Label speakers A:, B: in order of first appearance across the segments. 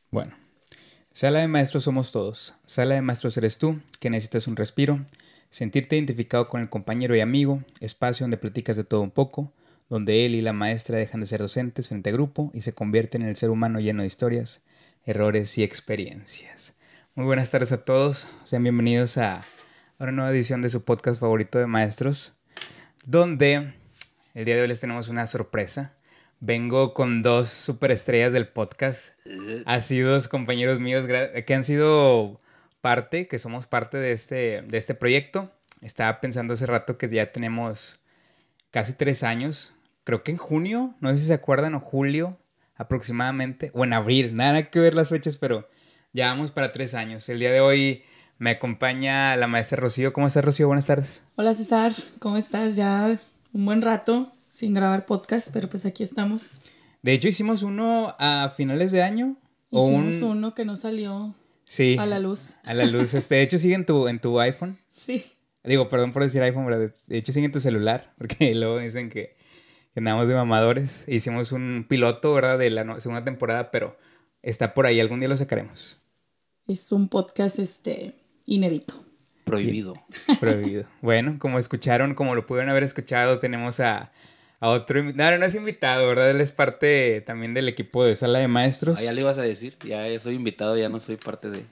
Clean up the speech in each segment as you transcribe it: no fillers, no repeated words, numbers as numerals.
A: Bueno, sala de maestros somos todos. Sala de maestros eres tú, que necesitas un respiro, sentirte identificado con el compañero y amigo, espacio donde platicas de todo un poco, donde él y la maestra dejan de ser docentes frente a grupo y se convierten en el ser humano lleno de historias, errores y experiencias. Muy buenas tardes a todos, sean bienvenidos a una nueva edición de su podcast favorito de maestros, donde el día de hoy les tenemos una sorpresa. Vengo con dos superestrellas del podcast, así dos compañeros míos que han sido parte, que somos parte de este proyecto. Estaba pensando hace rato que ya tenemos casi 3 años, creo que en junio, no sé si se acuerdan, o julio aproximadamente, o en abril, nada que ver las fechas, pero ya vamos para 3 años. El día de hoy me acompaña la maestra Rocío. ¿Cómo estás, Rocío? Buenas tardes.
B: Hola César, ¿cómo estás? Ya un buen rato sin grabar podcast, pero pues aquí estamos.
A: De hecho, hicimos uno a finales de año.
B: Hicimos uno que no salió
A: Sí,
B: a la luz.
A: a la luz. De hecho, sigue en tu iPhone.
B: Sí.
A: Digo, perdón por decir iPhone, pero de hecho sigue en tu celular, porque luego dicen que andamos de mamadores. Hicimos un piloto, ¿verdad? De la segunda temporada, pero está por ahí. Algún día lo sacaremos.
B: Es un podcast inédito.
C: Prohibido.
A: Prohibido. Bueno, como escucharon, como lo pudieron haber escuchado, tenemos a otro invitado. No es invitado, ¿verdad? Él es parte también del equipo de Sala de Maestros.
C: Ya le ibas a decir, ya soy invitado, ya no soy parte de...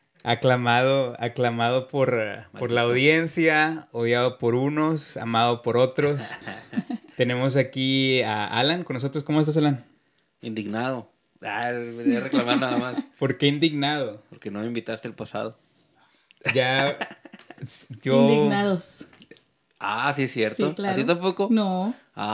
A: Aclamado por la audiencia, odiado por unos, amado por otros. Tenemos aquí a Alan con nosotros. ¿Cómo estás, Alan?
C: Indignado. Venía a reclamar nada más.
A: ¿Por qué indignado?
C: Porque no me invitaste el pasado.
A: Ya, yo...
B: Indignados.
C: Sí es cierto.
B: Sí, claro.
C: ¿A ti tampoco?
B: No,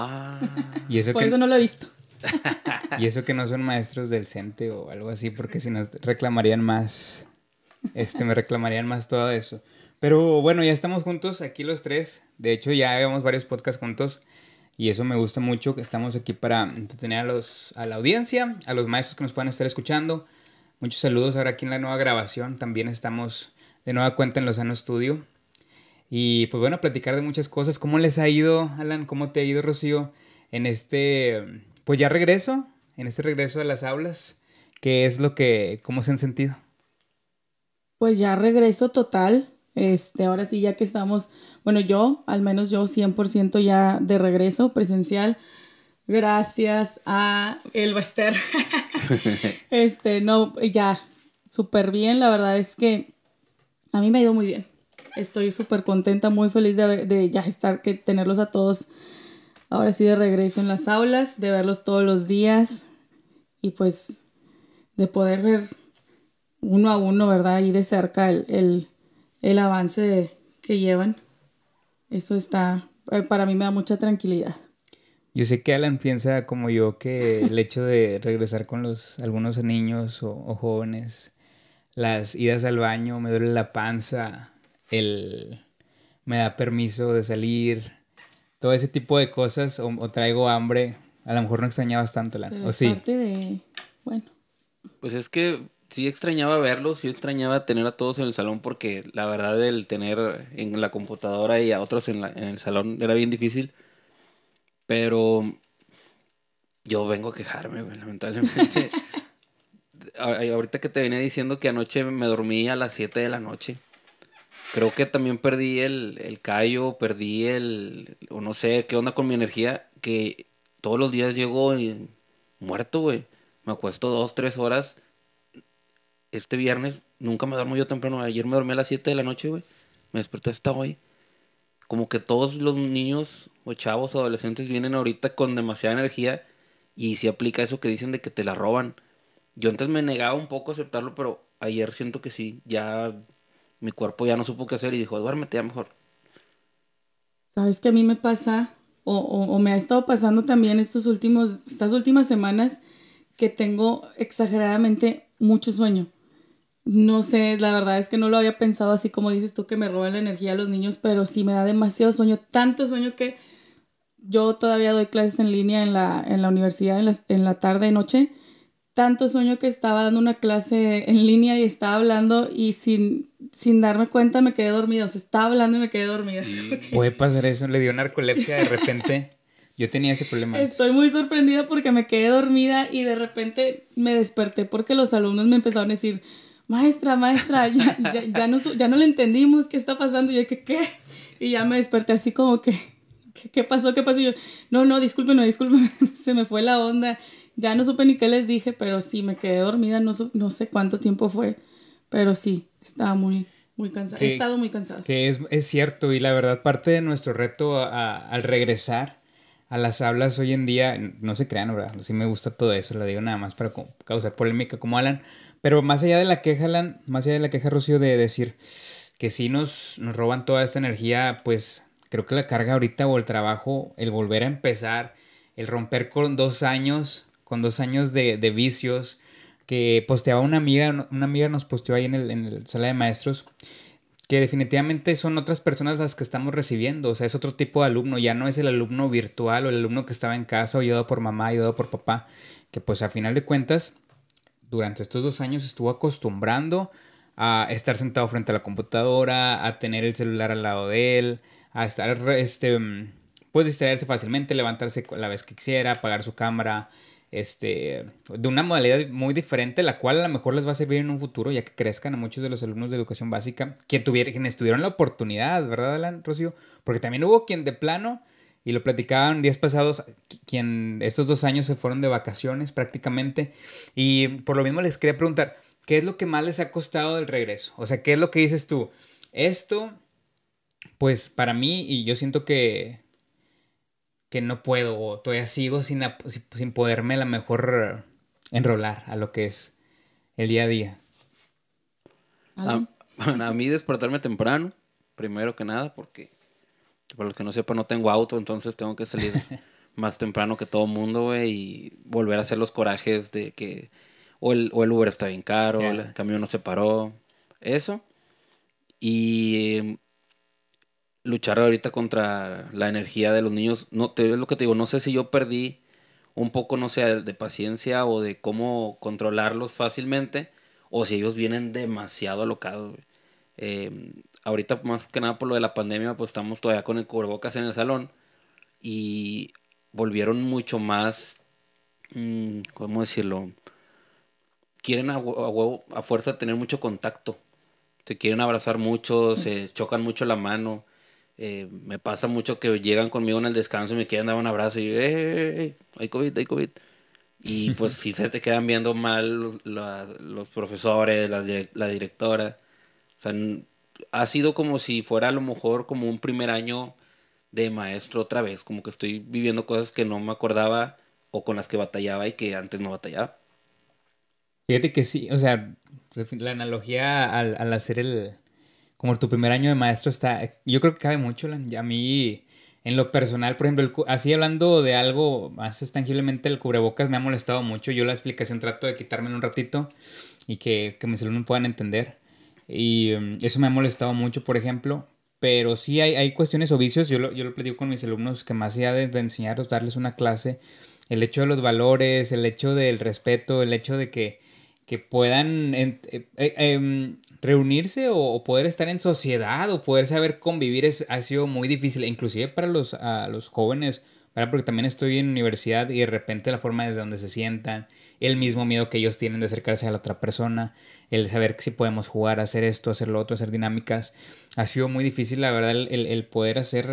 A: Y eso
B: por
A: que,
B: eso no lo he visto.
A: y eso que no son maestros del CENTE o algo así, porque si nos reclamarían más, me reclamarían más todo eso. Pero bueno, ya estamos juntos aquí los tres. De hecho, ya llevamos varios podcasts juntos. Y eso me gusta mucho, que estamos aquí para entretener a la audiencia, a los maestros que nos puedan estar escuchando. Muchos saludos ahora aquí en la nueva grabación. También estamos de nueva cuenta en Lozano Studio. Y pues bueno, platicar de muchas cosas. ¿Cómo les ha ido, Alan? ¿Cómo te ha ido, Rocío? Pues ya regreso, en este regreso a las aulas. ¿Qué es cómo se han sentido?
B: Pues ya regreso total. Ahora sí, ya que estamos, bueno, al menos yo 100% ya de regreso presencial. Gracias a el Bester. No, ya, súper bien. La verdad es que a mí me ha ido muy bien. Estoy súper contenta, muy feliz de ya tenerlos a todos ahora sí de regreso en las aulas, de verlos todos los días y pues de poder ver uno a uno, ¿verdad? Ahí de cerca el avance que llevan. Eso para mí me da mucha tranquilidad.
A: Yo sé que Alan piensa como yo que el hecho de regresar con algunos niños o jóvenes, las idas al baño, me duele la panza, me da permiso de salir, todo ese tipo de cosas, o traigo hambre, a lo mejor no extrañabas tanto, Alan,
B: Pero
A: o
B: es
A: sí.
B: parte de, bueno.
C: Pues es que sí extrañaba verlos, sí extrañaba tener a todos en el salón porque la verdad el tener en la computadora y a otros en el salón era bien difícil. Pero yo vengo a quejarme, güey, lamentablemente. Ahorita que te venía diciendo que anoche me dormí a las 7 de la noche. Creo que también perdí el callo, o no sé qué onda con mi energía, que todos los días llego muerto, güey. Me acuesto 2, 3 horas. Este viernes nunca me duermo yo temprano. Ayer me dormí a las 7 de la noche, güey. Me desperté hasta hoy. Como que todos los niños o chavos o adolescentes vienen ahorita con demasiada energía y se aplica eso que dicen de que te la roban. Yo antes me negaba un poco a aceptarlo, pero ayer siento que sí, ya mi cuerpo ya no supo qué hacer y dijo, duérmete ya mejor.
B: ¿Sabes qué a mí me pasa? O me ha estado pasando también estas últimas semanas que tengo exageradamente mucho sueño. No sé, la verdad es que no lo había pensado así como dices tú que me roban la energía a los niños, pero sí me da demasiado sueño, tanto sueño que yo todavía doy clases en línea en la universidad en la tarde y noche. Tanto sueño que estaba dando una clase en línea y estaba hablando y sin darme cuenta me quedé dormida. O sea, estaba hablando y me quedé dormida.
A: Puede pasar eso, le dio narcolepsia de repente. Yo tenía ese problema antes.
B: Estoy muy sorprendida porque me quedé dormida y de repente me desperté porque los alumnos me empezaron a decir, maestra, ya no le entendimos, ¿qué está pasando? Y yo, ¿qué? Y ya me desperté así como que, ¿qué pasó? Y yo, no, discúlpenme, se me fue la onda. Ya no supe ni qué les dije, pero sí, me quedé dormida, no sé cuánto tiempo fue, pero sí, estaba muy cansada. He estado muy cansada.
A: Que es cierto, y la verdad, parte de nuestro reto al regresar a las aulas hoy en día, no se crean, ¿verdad? Sí me gusta todo eso, lo digo nada más para causar polémica como Alan, pero más allá de la queja, Alan, más allá de la queja, Rocío, de decir que sí nos roban toda esta energía, pues creo que la carga ahorita o el trabajo, el volver a empezar, el romper con 2 años, de vicios, que posteaba una amiga nos posteó ahí en el sala de maestros, que definitivamente son otras personas las que estamos recibiendo, o sea, es otro tipo de alumno, ya no es el alumno virtual o el alumno que estaba en casa, ayudado por mamá, ayudado por papá, que pues a final de cuentas, durante estos 2 años estuvo acostumbrando a estar sentado frente a la computadora, a tener el celular al lado de él, a estar, puede distraerse fácilmente, levantarse la vez que quisiera, apagar su cámara, de una modalidad muy diferente, la cual a lo mejor les va a servir en un futuro, ya que crezcan a muchos de los alumnos de educación básica, quienes tuvieron la oportunidad, ¿verdad, Alan, Rocío? Porque también hubo quien de plano, y lo platicaban días pasados, quien estos 2 años se fueron de vacaciones prácticamente, y por lo mismo les quería preguntar, ¿qué es lo que más les ha costado del regreso? O sea, ¿qué es lo que dices tú? Esto, pues para mí, y yo siento que no puedo, o todavía sigo sin poderme a lo mejor enrolar a lo que es el día a día.
C: A, a mí despertarme temprano, primero que nada, porque para los que no sepan no tengo auto, entonces tengo que salir más temprano que todo mundo, güey, y volver a hacer los corajes de que o el Uber está bien caro,
A: Yeah.
C: el camión no se paró, eso. Y luchar ahorita contra la energía de los niños. No, es lo que te digo, no sé si yo perdí un poco, no sé, de paciencia o de cómo controlarlos fácilmente, o si ellos vienen demasiado alocados, güey. Ahorita más que nada por lo de la pandemia, pues estamos todavía con el cubrebocas en el salón y volvieron mucho más, ¿cómo decirlo? Quieren a fuerza tener mucho contacto. Se quieren abrazar mucho, se chocan mucho la mano. Me pasa mucho que llegan conmigo en el descanso y me quieren dar un abrazo y yo, hay COVID, hay COVID. Y pues sí se te quedan viendo mal los profesores, la directora. O sea, ha sido como si fuera a lo mejor como un primer año de maestro otra vez, como que estoy viviendo cosas que no me acordaba o con las que batallaba y que antes no batallaba.
A: Fíjate que sí, o sea, la analogía al hacer como tu primer año de maestro está, yo creo que cabe mucho, a mí, en lo personal, por ejemplo, así hablando de algo más tangiblemente, el cubrebocas me ha molestado mucho, yo la explicación trato de quitármelo un ratito y que mis alumnos puedan entender, y eso me ha molestado mucho, por ejemplo, pero sí hay cuestiones o vicios, yo lo platico con mis alumnos, que más allá de enseñarlos, darles una clase, el hecho de los valores, el hecho del respeto, el hecho de que puedan reunirse o poder estar en sociedad o poder saber convivir ha sido muy difícil, inclusive para a los jóvenes, ¿verdad? Porque también estoy en universidad y de repente la forma desde donde se sientan, el mismo miedo que ellos tienen de acercarse a la otra persona, el saber si podemos jugar, hacer esto, hacer lo otro, hacer dinámicas, ha sido muy difícil, la verdad, el poder hacer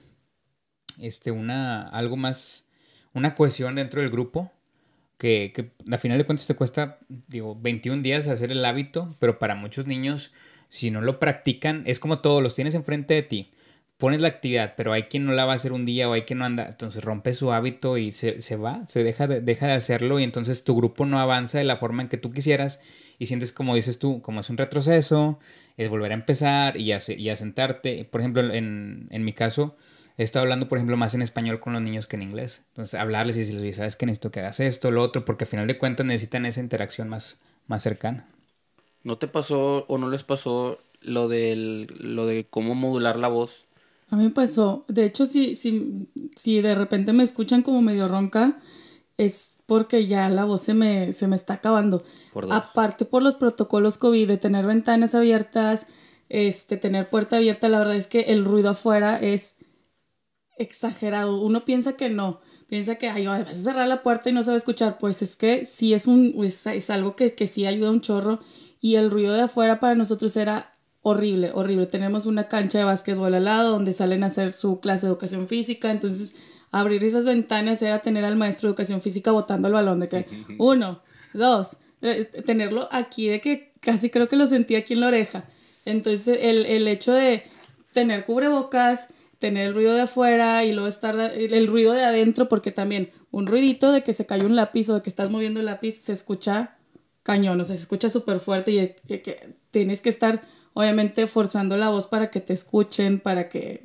A: algo más, una cohesión dentro del grupo que a final de cuentas te cuesta, digo, 21 días hacer el hábito, pero para muchos niños, si no lo practican, es como todo, los tienes enfrente de ti, pones la actividad, pero hay quien no la va a hacer un día o hay quien no anda, entonces rompe su hábito y se va, deja de hacerlo y entonces tu grupo no avanza de la forma en que tú quisieras y sientes como dices tú, como es un retroceso, es volver a empezar y a sentarte. Por ejemplo, en mi caso, he estado hablando, por ejemplo, más en español con los niños que en inglés. Entonces, hablarles y decirles, "Oye, ¿sabes qué? Necesito que hagas esto, lo otro", porque al final de cuentas necesitan esa interacción más cercana.
C: ¿No te pasó o no les pasó lo de cómo modular la voz?
B: A mí me pasó, de hecho, si de repente me escuchan como medio ronca, es porque ya la voz se me está acabando.
C: Por dos.
B: Aparte por los protocolos COVID, de tener ventanas abiertas, tener puerta abierta, la verdad es que el ruido afuera es exagerado. Uno piensa que no, piensa que ay, vas a cerrar la puerta y no se va a escuchar. Pues es que sí es algo que sí ayuda un chorro. Y el ruido de afuera para nosotros era horrible, horrible. Tenemos una cancha de básquetbol al lado donde salen a hacer su clase de educación física. Entonces, abrir esas ventanas era tener al maestro de educación física botando el balón de que 1, 2, tenerlo aquí de que casi creo que lo sentí aquí en la oreja. Entonces, el hecho de tener cubrebocas, tener el ruido de afuera y luego estar el ruido de adentro, porque también un ruidito de que se cayó un lápiz o de que estás moviendo el lápiz se escucha cañón, o sea, se escucha súper fuerte y que tienes que estar obviamente forzando la voz para que te escuchen, para que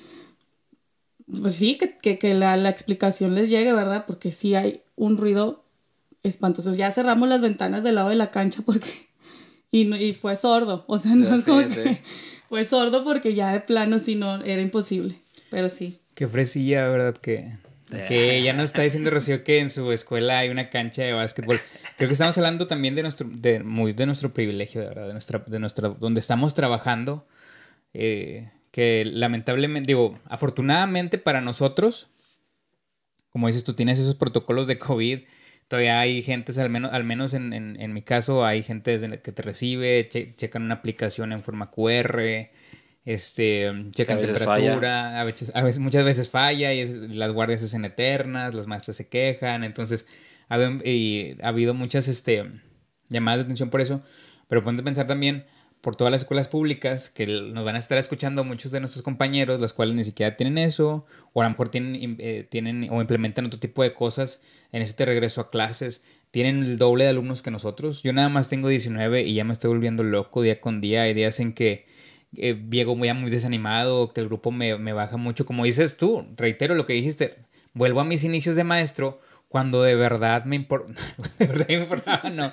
B: pues sí, que la explicación les llegue, ¿verdad? Porque sí hay un ruido espantoso. Ya cerramos las ventanas del lado de la cancha porque y fue sordo, o sea, no es como que fue sordo porque ya de plano sí no, era imposible, pero sí.
A: Qué fresilla, ¿verdad? Que ya nos está diciendo Rocío que en su escuela hay una cancha de básquetbol. Creo que estamos hablando también de nuestro privilegio, de verdad, donde estamos trabajando, que lamentablemente, digo, afortunadamente para nosotros, como dices, tú tienes esos protocolos de COVID. Todavía hay gente, al menos en mi caso, hay gente que te recibe, checan una aplicación en forma QR, checan temperatura, muchas veces falla y las guardias se hacen eternas, las maestras se quejan, entonces ha habido muchas llamadas de atención por eso, pero ponte a pensar también por todas las escuelas públicas que nos van a estar escuchando muchos de nuestros compañeros, los cuales ni siquiera tienen eso, o a lo mejor tienen o implementan otro tipo de cosas en este regreso a clases, tienen el doble de alumnos que nosotros. Yo nada más tengo 19 y ya me estoy volviendo loco día con día. Hay días en que llego muy desanimado, que el grupo me baja mucho. Como dices tú, reitero lo que dijiste, vuelvo a mis inicios de maestro cuando de verdad me importaba, de verdad me importaba, no,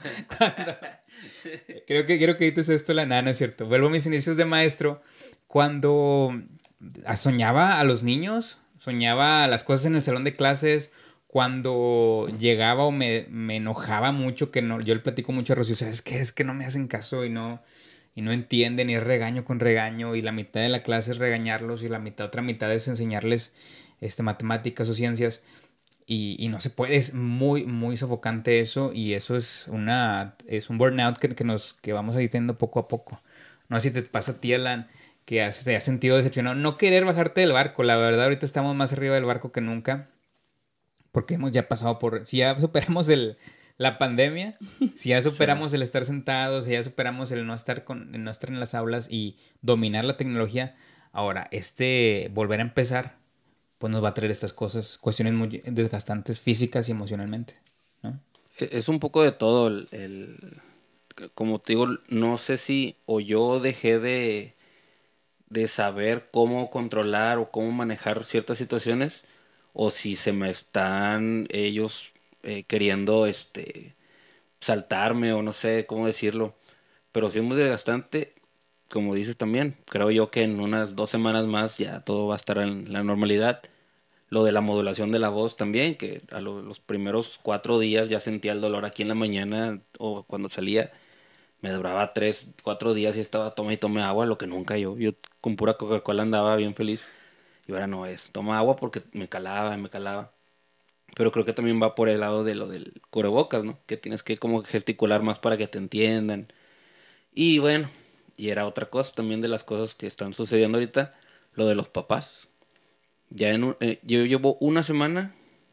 A: quiero que dices esto la nana, es cierto. Vuelvo a mis inicios de maestro cuando soñaba a los niños, soñaba las cosas en el salón de clases, cuando llegaba o me enojaba mucho, que no, yo le platico mucho a Rocío, ¿sabes qué? Es que no me hacen caso y no entienden, y es regaño con regaño, y la mitad de la clase es regañarlos, y otra mitad es enseñarles matemáticas o ciencias. Y no se puede, es muy sofocante eso, y eso es un burnout que vamos a ir teniendo poco a poco. No sé si te pasa a ti, Alan, que te has sentido decepcionado, no querer bajarte del barco. La verdad, ahorita estamos más arriba del barco que nunca, porque hemos ya pasado si ya superamos la pandemia, si ya superamos el estar sentados, si ya superamos el no estar en las aulas y dominar la tecnología, ahora volver a empezar pues nos va a traer estas cosas, cuestiones muy desgastantes físicas y emocionalmente, ¿no?
C: Es un poco de todo. Como te digo, no sé si o yo dejé de saber cómo controlar o cómo manejar ciertas situaciones, o si se me están ellos queriendo saltarme, o no sé cómo decirlo. Pero sí es muy desgastante, como dices también. Creo yo que en unas 2 semanas más ya todo va a estar en la normalidad. Lo de la modulación de la voz también, que a los primeros 4 días ya sentía el dolor aquí en la mañana o cuando salía. Me duraba 3, 4 días y estaba toma y tome agua, lo que nunca yo. Yo con pura Coca-Cola andaba bien feliz. Y ahora no es, toma agua porque me calaba, me calaba. Pero creo que también va por el lado de lo del cubrebocas, ¿no? Que tienes que como gesticular más para que te entiendan. Y bueno, y era otra cosa también de las cosas que están sucediendo ahorita, lo de los papás. Yo llevo una semana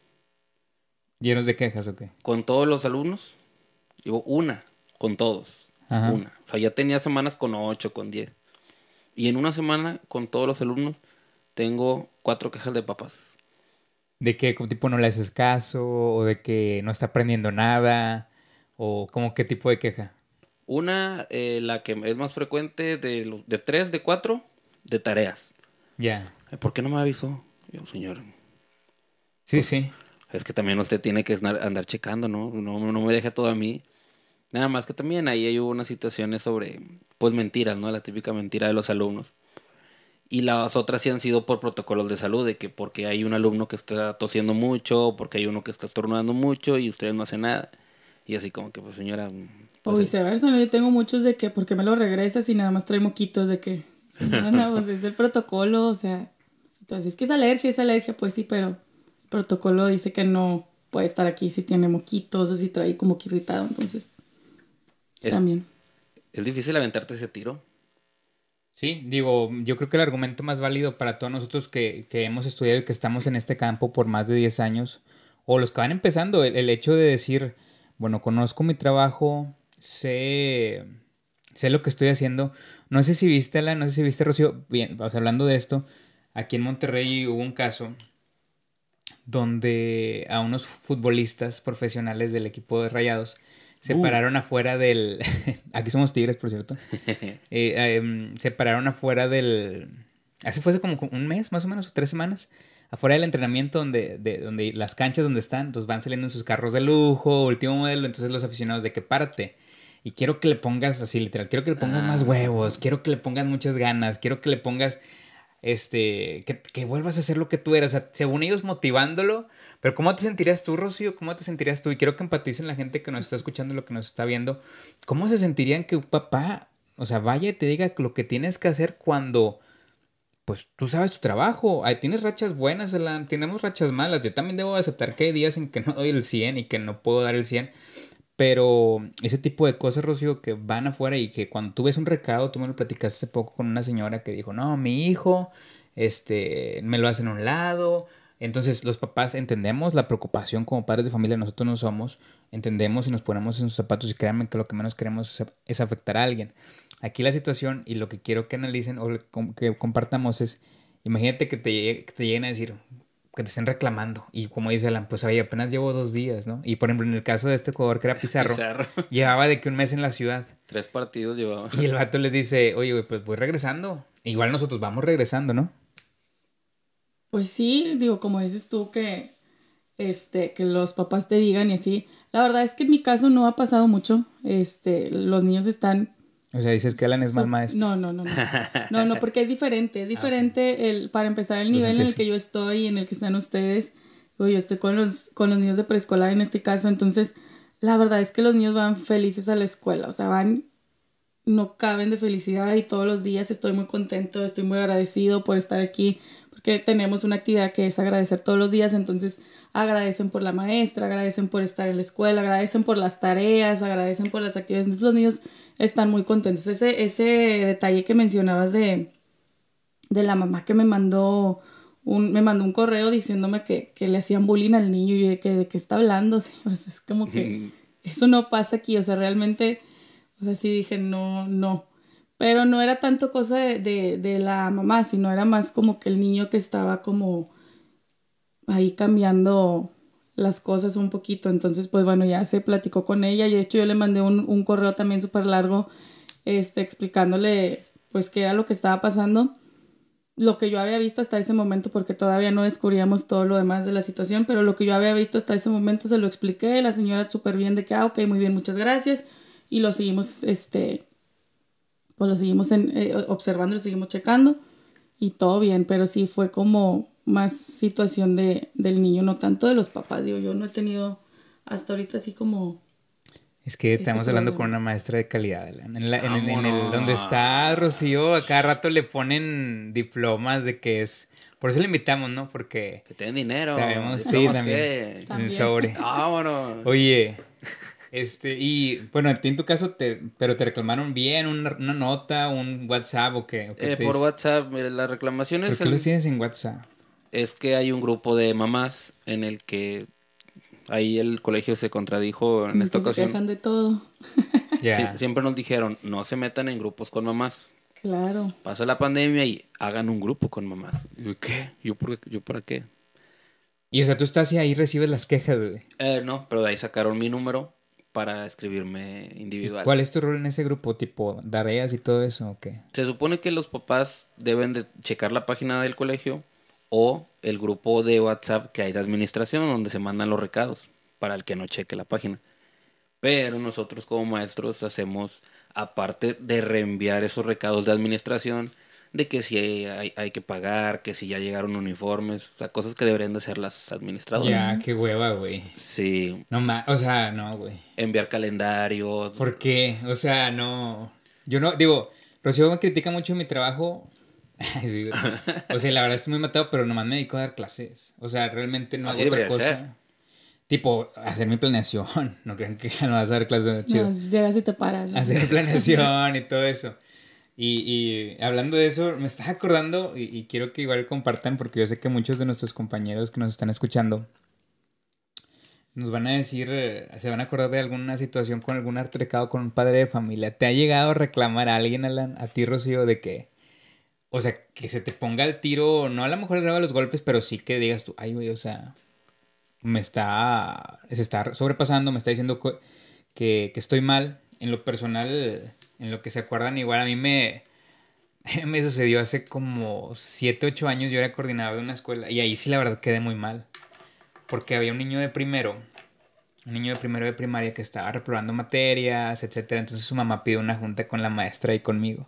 A: ¿Llenos de quejas o qué?
C: con todos los alumnos. Llevo una con todos.
A: Ajá.
C: Una. O sea, ya tenía semanas con 8, con 10. Y en una semana con todos los alumnos tengo 4 quejas de papás.
A: ¿De que tipo no le haces caso? ¿O de que no está aprendiendo nada? ¿O como qué tipo de queja?
C: Una, la que es más frecuente, de 3, de 4, de tareas.
A: Ya.
C: ¿Por qué no me avisó? Yo, señor,
A: Sí, sí.
C: es que también usted tiene que andar checando, ¿no? No me deja todo a mí. Nada más que también ahí hay unas situaciones sobre, pues, mentiras, ¿no? La típica mentira de los alumnos. Y las otras sí han sido por protocolos de salud, de que porque hay un alumno que está tosiendo mucho, o porque hay uno que está estornudando mucho y ustedes no hacen nada. Y así como que, pues, señora...
B: O viceversa, ¿no? Yo tengo muchos de que, ¿por qué me lo regresas y nada más trae moquitos de que? No, pues es el protocolo, o sea, Entonces, es que es alergia, pues sí, pero el protocolo dice que no puede estar aquí si tiene moquitos o si trae como que irritado, entonces
C: Es,
B: también.
C: es difícil aventarte ese tiro.
A: Sí, digo, yo creo que el argumento más válido para todos nosotros que hemos estudiado y que estamos en este campo por más de 10 años, o los que van empezando, el hecho de decir, bueno, conozco mi trabajo, sé lo que estoy haciendo. No sé si viste, Alan, no sé si viste, Rocío, bien, o sea, hablando de esto, aquí en Monterrey hubo un caso donde a unos futbolistas profesionales del equipo de Rayados se pararon afuera del... Aquí somos Tigres, por cierto. Se pararon afuera del... Hace fue como un mes, más o menos, o 3 semanas. Afuera del entrenamiento donde las canchas donde están, entonces van saliendo en sus carros de lujo, último modelo, entonces los aficionados de que párate. Y quiero que le pongas así, literal, quiero que le pongas más huevos, quiero que le pongas muchas ganas, quiero que le pongas que vuelvas a hacer lo que tú eras, o sea, según ellos motivándolo, pero ¿cómo te sentirías tú, Rocío? ¿Cómo te sentirías tú? Y quiero que empaticen la gente que nos está escuchando, lo que nos está viendo, ¿cómo se sentirían que un papá, o sea, vaya y te diga lo que tienes que hacer cuando, pues, tú sabes tu trabajo? Ay, tienes rachas buenas, Alan, tenemos rachas malas, yo también debo aceptar que hay días en que no doy el 100 y que no puedo dar el 100. Pero ese tipo de cosas, Rocío, que van afuera y que cuando tú ves un recado, tú me lo platicaste hace poco con una señora que dijo, no, mi hijo, me lo hacen a un lado. Entonces los papás entendemos la preocupación como padres de familia, nosotros no somos, entendemos y nos ponemos en sus zapatos y créanme que lo que menos queremos es afectar a alguien. Aquí la situación y lo que quiero que analicen o que compartamos es, imagínate que te lleguen a decir, que te estén reclamando. Y como dice Alan, pues oye, apenas llevo 2 días, ¿no? Y por ejemplo, en el caso de este jugador que era Pizarro,
C: Pizarro.
A: llevaba de que un mes en la ciudad.
C: 3 partidos llevaba.
A: Y el vato les dice, oye, güey, pues voy regresando. Igual nosotros vamos regresando, ¿no?
B: Pues sí, digo, como dices tú, que los papás te digan y así. La verdad es que en mi caso no ha pasado mucho. Los niños están...
A: O sea, dices que Alan es mal maestro.
B: No, no, no, no. No, no, porque es diferente. Es diferente para empezar el
A: Pues
B: nivel en el
A: empieza.
B: que yo estoy y en el que están ustedes. O yo estoy con los niños de preescolar en este caso. Entonces, la verdad es que los niños van felices a la escuela. O sea, van, no caben de felicidad y todos los días estoy muy contento, estoy muy agradecido por estar aquí, porque tenemos una actividad que es agradecer todos los días, entonces agradecen por la maestra, agradecen por estar en la escuela, agradecen por las tareas, agradecen por las actividades, entonces los niños están muy contentos. Ese detalle que mencionabas de la mamá que me mandó un correo diciéndome que le hacían bullying al niño y yo de qué está hablando, señores, es como que eso no pasa aquí, o sea, realmente... O sea, sí dije, no, no. Pero no era tanto cosa de la mamá, sino era más como que el niño que estaba como ahí cambiando las cosas un poquito. Entonces, pues bueno, ya se platicó con ella y de hecho yo le mandé un correo también súper largo, explicándole pues qué era lo que estaba pasando, lo que yo había visto hasta ese momento, porque todavía no descubríamos todo lo demás de la situación, pero lo que yo había visto hasta ese momento se lo expliqué, la señora súper bien de que, ok, muy bien, muchas gracias, y lo seguimos, pues lo seguimos observando, lo seguimos checando, y todo bien, pero sí fue como más situación del niño, no tanto de los papás, digo, yo no he tenido hasta ahorita así como
A: Es que
B: ese
A: estamos hablando con
B: problema.
A: una maestra de calidad, Alan. En el donde
C: Vámonos.
A: está Rocío, a cada rato le ponen diplomas de que es... Por eso le invitamos, ¿no? Porque
C: Que te den dinero.
A: sabemos, sí,
C: ¿Diplomas
A: también,
C: qué?
A: en el
B: También.
A: sobre.
C: Vámonos.
A: Oye, y bueno, a ti en tu caso, pero te reclamaron bien una nota, un WhatsApp o qué te
C: Por
A: dice.
C: WhatsApp, las
A: ¿Por
C: reclamaciones
A: qué los tienes en WhatsApp?
C: es que hay un grupo de mamás en el que ahí el colegio se contradijo en
B: Y
C: esta
B: que se
C: ocasión.
B: quejan de todo.
A: Ya.
C: Siempre nos dijeron, no se metan en grupos con mamás.
B: Claro.
C: Pasa la pandemia y hagan un grupo con mamás. Y yo, ¿qué? ¿Yo para qué?
A: Y o sea, tú estás y ahí recibes las quejas, güey.
C: No, pero de ahí sacaron mi número para escribirme
A: ¿Y
C: individual.
A: cuál es tu rol en ese grupo? ¿Tipo tareas y todo eso o qué?
C: Se supone que los papás deben de checar la página del colegio o el grupo de WhatsApp que hay de administración donde se mandan los recados para el que no cheque la página. Pero nosotros como maestros hacemos, aparte de reenviar esos recados de administración, de que si hay que pagar, que si ya llegaron uniformes, o sea, cosas que deberían de hacer las administradoras.
A: Ya, qué hueva, güey.
C: Sí,
A: No más, o sea, no, güey.
C: enviar calendarios.
A: ¿Por qué? O sea, no. Yo no, digo, Rocío me critica mucho mi trabajo, Ay, sí, güey. O sea, la verdad estoy muy matado, pero nomás me dedico a dar clases. O sea, realmente no
C: Así
A: hago otra
C: debería
A: cosa.
C: ser.
A: Tipo, hacer mi planeación. No crean que no vas a dar clases chido.
B: No, llegas y te paras. ¿No?
A: Hacer mi planeación y todo eso. Y hablando de eso, me estás acordando y quiero que igual compartan porque yo sé que muchos de nuestros compañeros que nos están escuchando nos van a decir, se van a acordar de alguna situación con algún altercado con un padre de familia. ¿Te ha llegado a reclamar a alguien, Alan, a ti, Rocío, de que, o sea, que se te ponga el tiro, no a lo mejor el grado de los golpes, pero sí que digas tú, ay, güey, o sea, se está sobrepasando, me está diciendo que estoy mal. En lo personal, en lo que se acuerdan, igual a mí me sucedió hace como 7 8 años, yo era coordinador de una escuela y ahí sí la verdad quedé muy mal, porque había un niño de primero de primaria que estaba reprobando materias, etcétera, entonces su mamá pidió una junta con la maestra y conmigo.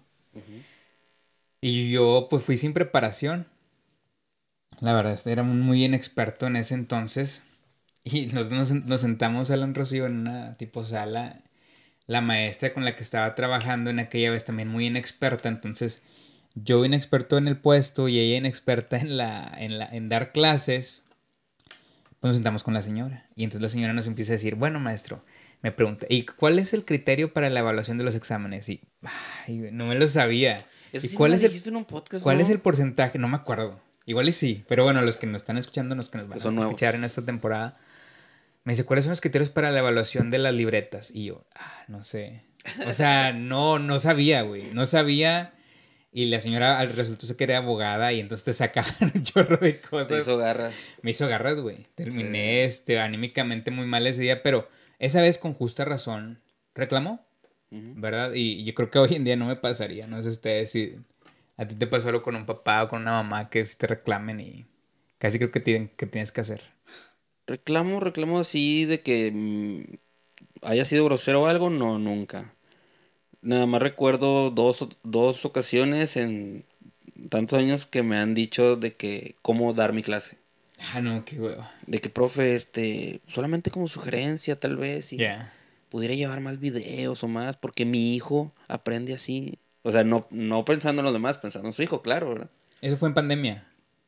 A: Y yo pues fui sin preparación. La verdad, era muy inexperto en ese entonces. Y nos sentamos Alan Rocío en una tipo sala. La maestra con la que estaba trabajando en aquella vez también muy inexperta. Entonces, yo inexperto en el puesto y ella inexperta en dar clases. Pues nos sentamos con la señora. Y entonces la señora nos empieza a decir, bueno, maestro, me pregunta, ¿y cuál es el criterio para la evaluación de los exámenes? Y, ay, no me lo sabía.
C: Eso
A: ¿Y
C: sí
A: cuál
C: me
A: es
C: lo dijiste en un podcast,
A: cuál es
C: ¿no?
A: el porcentaje? No me acuerdo. Igual y sí, pero bueno, los que nos están escuchando, los que nos van
C: Que son
A: a
C: nuevos.
A: escuchar en esta temporada, me dice, ¿cuáles son los criterios para la evaluación de las libretas? Y yo, no sé. O sea, no sabía, güey. No sabía. Y la señora resultó que era abogada y entonces te sacaban un chorro de cosas.
C: Te hizo garras.
A: Me hizo garras, güey. Terminé anímicamente muy mal ese día, pero esa vez con justa razón reclamó, ¿verdad? Y yo creo que hoy en día no me pasaría. No sé ustedes si a ti te pasó algo con un papá o con una mamá que te reclamen y casi creo que tienes que hacer.
C: Reclamo así de que haya sido grosero o algo, no, nunca. Nada más recuerdo dos ocasiones en tantos años que me han dicho de que cómo dar mi clase.
A: Ah, no, qué huevo.
C: De que, profe, solamente como sugerencia tal vez, si
A: Ya.
C: pudiera llevar más videos o más, porque mi hijo aprende así. O sea, no pensando en los demás, pensando en su hijo, claro, ¿verdad?
A: Eso fue en pandemia.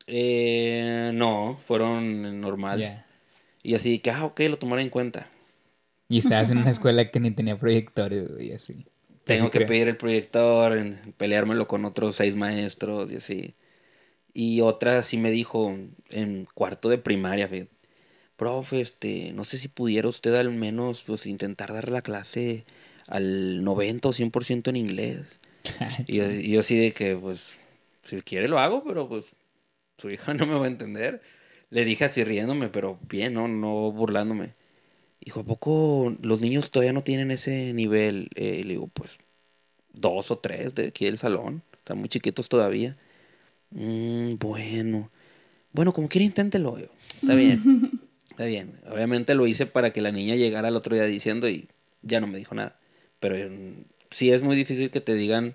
C: No, fueron normal.
A: Ya.
C: Y así que, ok, lo tomaré en cuenta.
A: Y estabas en una escuela que ni tenía proyectores, güey, así.
C: Tengo
A: Sí
C: que
A: creo.
C: pedir el proyector, peleármelo con otros 6 maestros y así. Y otra sí me dijo en cuarto de primaria, fíjate, profe, no sé si pudiera usted al menos pues intentar dar la clase al 90 o 100% en inglés. Y yo así de que, pues, si quiere lo hago, pero pues su hija no me va a entender. Le dije así riéndome, pero bien, no burlándome. Dijo, ¿a poco los niños todavía no tienen ese nivel? Y le digo, pues, 2 o 3 de aquí del salón. Están muy chiquitos todavía. Bueno. Bueno, como quiera, inténtelo. Yo, está bien, está bien. Obviamente lo hice para que la niña llegara al otro día diciendo y ya no me dijo nada. Pero sí es muy difícil que te digan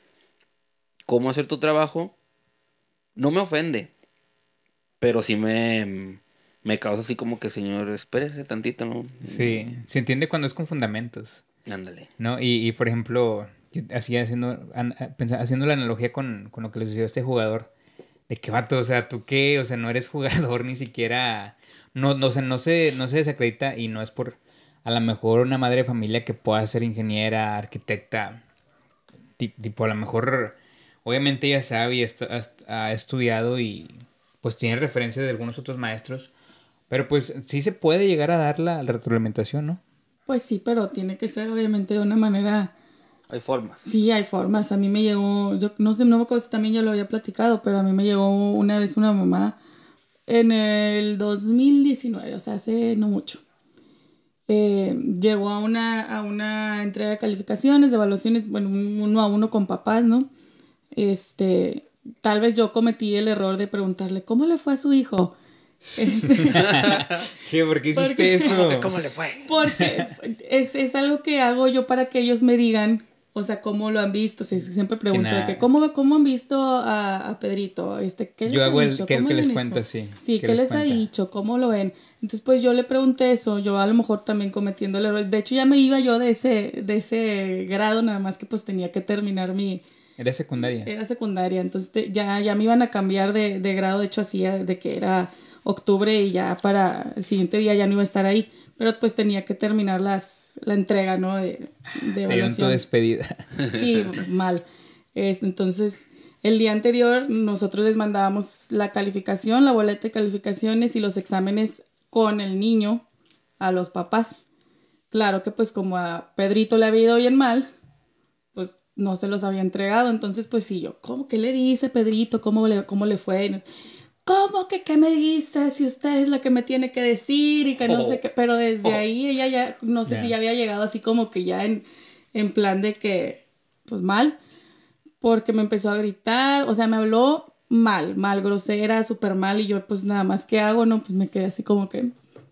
C: cómo hacer tu trabajo. No me ofende, pero sí me causa así como que, señor, espérese tantito, ¿no?
A: Sí, se entiende cuando es con fundamentos,
C: Ándale.
A: ¿no? Y por ejemplo, yo así haciendo la analogía con lo que le sucedió a este jugador, de que vato, o sea, tú qué, o sea, no eres jugador ni siquiera, o sea, no se desacredita y no es por a lo mejor una madre de familia que pueda ser ingeniera, arquitecta, tipo a lo mejor, obviamente ella sabe y ha estudiado y pues tiene referencias de algunos otros maestros, pero pues sí se puede llegar a dar la retroalimentación, ¿no?
B: Pues sí, pero tiene que ser obviamente de una manera.
C: Hay formas.
B: Sí, hay formas. A mí me llegó, yo no sé, no me acuerdo si también ya lo había platicado, pero a mí me llegó una vez una mamá en el 2019, o sea, hace no mucho. Llegó a una entrega de calificaciones, de evaluaciones, bueno, uno a uno con papás, ¿no? Tal vez yo cometí el error de preguntarle, ¿cómo le fue a su hijo?
A: ¿Qué? ¿Por qué hiciste
B: Porque-
A: eso?
C: ¿Cómo le fue?
B: Porque es algo que hago yo para que ellos me digan, o sea, cómo lo han visto. O sea, siempre pregunto de
A: nada.
B: que cómo han visto a Pedrito, ¿qué les
A: Yo
B: ha
A: hago
B: dicho?
A: que
B: ¿Cómo
A: les
B: ven
A: cuenta,
B: eso?
A: sí.
B: Sí,
A: que
B: ¿qué les ha
A: cuenta.
B: dicho? ¿Cómo lo ven? Entonces, pues yo le pregunté eso, yo a lo mejor también cometiendo el error. De hecho, ya me iba yo de ese grado, nada más que pues tenía que terminar mi
A: Era secundaria.
B: Era secundaria, entonces ya me iban a cambiar de grado, de hecho hacía de que era octubre y ya para el siguiente día ya no iba a estar ahí, pero pues tenía que terminar la entrega, ¿no? De
A: Te dieron tu
B: evaluación.
A: despedida.
B: Sí, mal. Entonces, el día anterior nosotros les mandábamos la calificación, la boleta de calificaciones y los exámenes con el niño a los papás. Claro que pues como a Pedrito le había ido bien mal, pues no se los había entregado. Entonces, pues sí, yo, ¿cómo que le dice Pedrito? ¿Cómo le fue? Y ¿cómo que qué me dice? Si usted es la que me tiene que decir y que no sé qué. Pero desde ahí ella ya, no sé si ya había llegado así como que ya en plan de que, pues mal, porque me empezó a gritar, o sea, me habló mal, grosera, súper mal, y yo pues nada más, ¿qué hago? No, pues me quedé así como que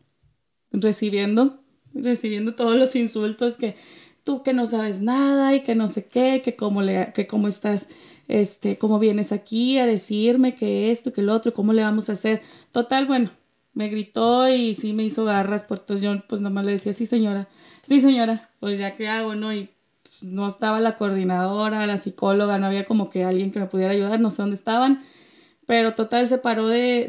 B: recibiendo todos los insultos que tú que no sabes nada y que no sé qué, que cómo estás, cómo vienes aquí a decirme que esto, que lo otro, cómo le vamos a hacer. Total, bueno, me gritó y sí me hizo garras, pues yo pues nomás le decía, sí señora, pues ya qué hago, ¿no? Y pues, no estaba la coordinadora, la psicóloga, no había como que alguien que me pudiera ayudar, no sé dónde estaban, pero total se paró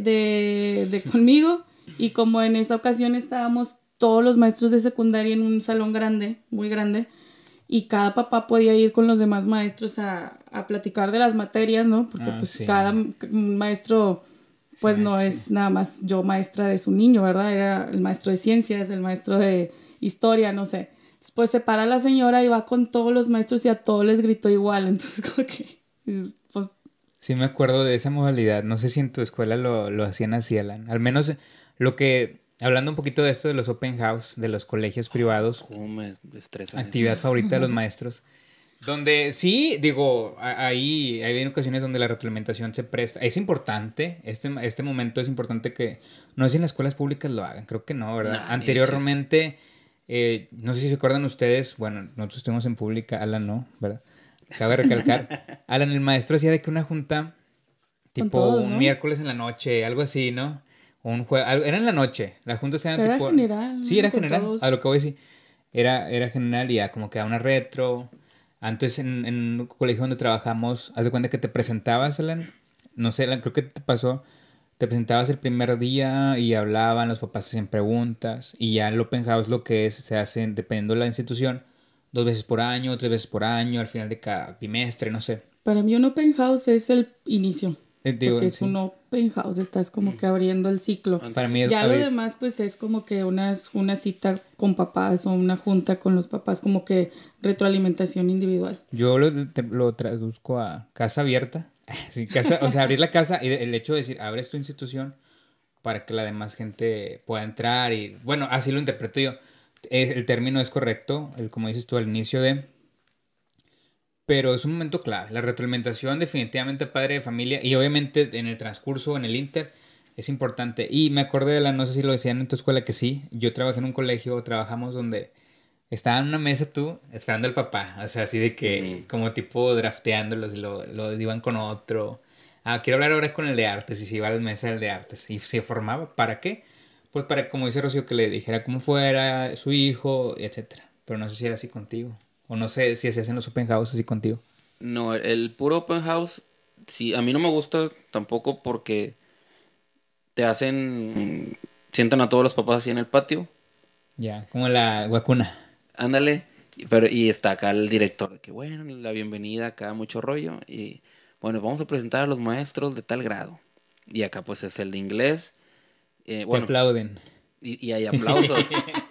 B: de conmigo y como en esa ocasión estábamos todos los maestros de secundaria en un salón grande, muy grande, y cada papá podía ir con los demás maestros a platicar de las materias, ¿no? Porque pues
A: sí.
B: cada maestro, pues
A: Sí,
B: no
A: sí.
B: es nada más yo maestra de su niño, ¿verdad? Era el maestro de ciencias, el maestro de historia, no sé. Después se para la señora y va con todos los maestros y a todos les gritó igual, entonces como que, pues,
A: Sí me acuerdo de esa modalidad. No sé si en tu escuela lo hacían así, Alan. Al menos lo que... Hablando un poquito de esto de los open house, de los colegios privados,
C: ¿Cómo me estresa
A: actividad favorita de los maestros, donde sí, digo, ahí hay ocasiones donde la retroalimentación se presta. Es importante, este momento es importante que, no sé si en las escuelas públicas lo hagan, creo que no, ¿verdad?
C: Nah, ni
A: Anteriormente, no sé si se acuerdan ustedes, bueno, nosotros estuvimos en pública, Alan no, ¿verdad? Cabe recalcar, Alan, el maestro hacía de que una junta,
B: con
A: tipo
B: todos,
A: un
B: ¿no?
A: miércoles en la noche, algo así, ¿no? O un jueves, era en la noche, las juntas eran
B: Pero era
A: tipo...
B: general,
A: Sí,
B: ¿no?
A: era
B: Con
A: general, a
B: todos.
A: lo que voy a decir. Era general y ya como que una retro. Antes en un colegio donde trabajamos, haz de cuenta que te presentabas, Alan. No sé, Alan, creo que te pasó. Te presentabas el primer día y hablaban, los papás hacían preguntas. Y ya el open house lo que es, se hace, dependiendo de la institución, 2 veces por año, 3 veces por año, al final de cada bimestre, no sé.
B: Para mí un open house es el inicio,
A: Digo,
B: porque es un
A: sí.
B: open house, estás como que abriendo el ciclo.
A: Para mí es
B: Ya lo demás pues es como que una cita con papás o una junta con los papás, como que retroalimentación individual.
A: yo lo traduzco a casa abierta. Sí, casa, o sea, abrir la casa y el hecho de decir, abres tu institución para que la demás gente pueda entrar y bueno, así lo interpreto yo. El término es correcto, el como dices tú al inicio de, pero es un momento clave. La retroalimentación definitivamente padre de familia y obviamente en el transcurso, en el inter, es importante. Y me acordé de no sé si lo decían en tu escuela que sí, yo trabajé en un colegio, trabajamos donde estaba en una mesa tú esperando al papá, o sea, así de que como tipo drafteándolos, lo iban con otro. Ah, quiero hablar ahora con el de artes y se iba a la mesa del de artes y se formaba. ¿Para qué? Pues para, como dice Rocío, que le dijera cómo fuera su hijo, etcétera. Pero no sé si era así contigo. O no sé si se hacen los open house así contigo.
C: No, el puro open house, sí, a mí no me gusta tampoco porque te hacen, sientan a todos los papás así en el patio,
A: Ya, como la vacuna.
C: ándale, pero y está acá el director, de que bueno, la bienvenida, acá mucho rollo, y bueno, vamos a presentar a los maestros de tal grado, y acá pues es el de inglés,
A: Te
C: bueno,
A: aplauden.
C: y hay aplausos,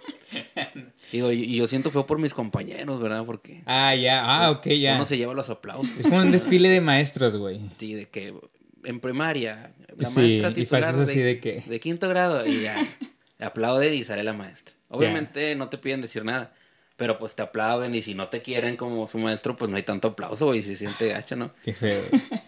C: digo, y yo siento feo por mis compañeros, ¿verdad? Porque
A: Ah, ya. Ah, ok,
C: uno
A: ya.
C: se lleva los aplausos.
A: Es como un desfile de maestros, güey.
C: Sí, de que en primaria, la maestra
A: Sí, y pasas
C: titular
A: así de que...
C: de quinto grado y ya aplauden y sale la maestra. Obviamente no te piden decir nada, pero pues te aplauden y si no te quieren como su maestro, pues no hay tanto aplauso y se siente gacho, ¿no?
A: Qué feo.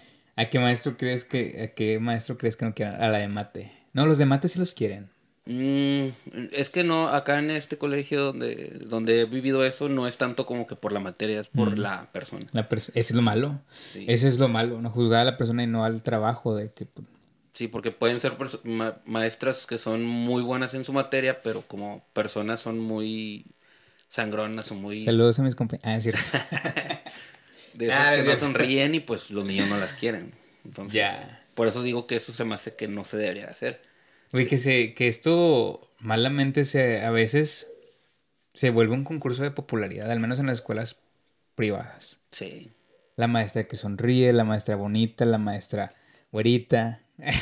A: ¿A qué maestro crees que no quieran? A la de mate. No, los de mate sí los quieren.
C: Mm, es que no, acá en este colegio donde he vivido eso, no es tanto como que por la materia, es por la persona.
A: Ese es lo malo.
C: Sí.
A: Eso es lo malo, no juzgar a la persona y no al trabajo de que...
C: Sí, porque pueden ser maestras que son muy buenas en su materia, pero como personas son muy sangronas o muy...
A: Saludos a mis compañeros. Ah, es cierto.
C: De esas que no sonríen y pues los niños no las quieren. Entonces, por eso digo que eso se me hace que no se debería hacer.
A: Güey, que esto malamente a veces se vuelve un concurso de popularidad, al menos en las escuelas privadas.
C: Sí.
A: La maestra que sonríe, la maestra bonita, la maestra güerita.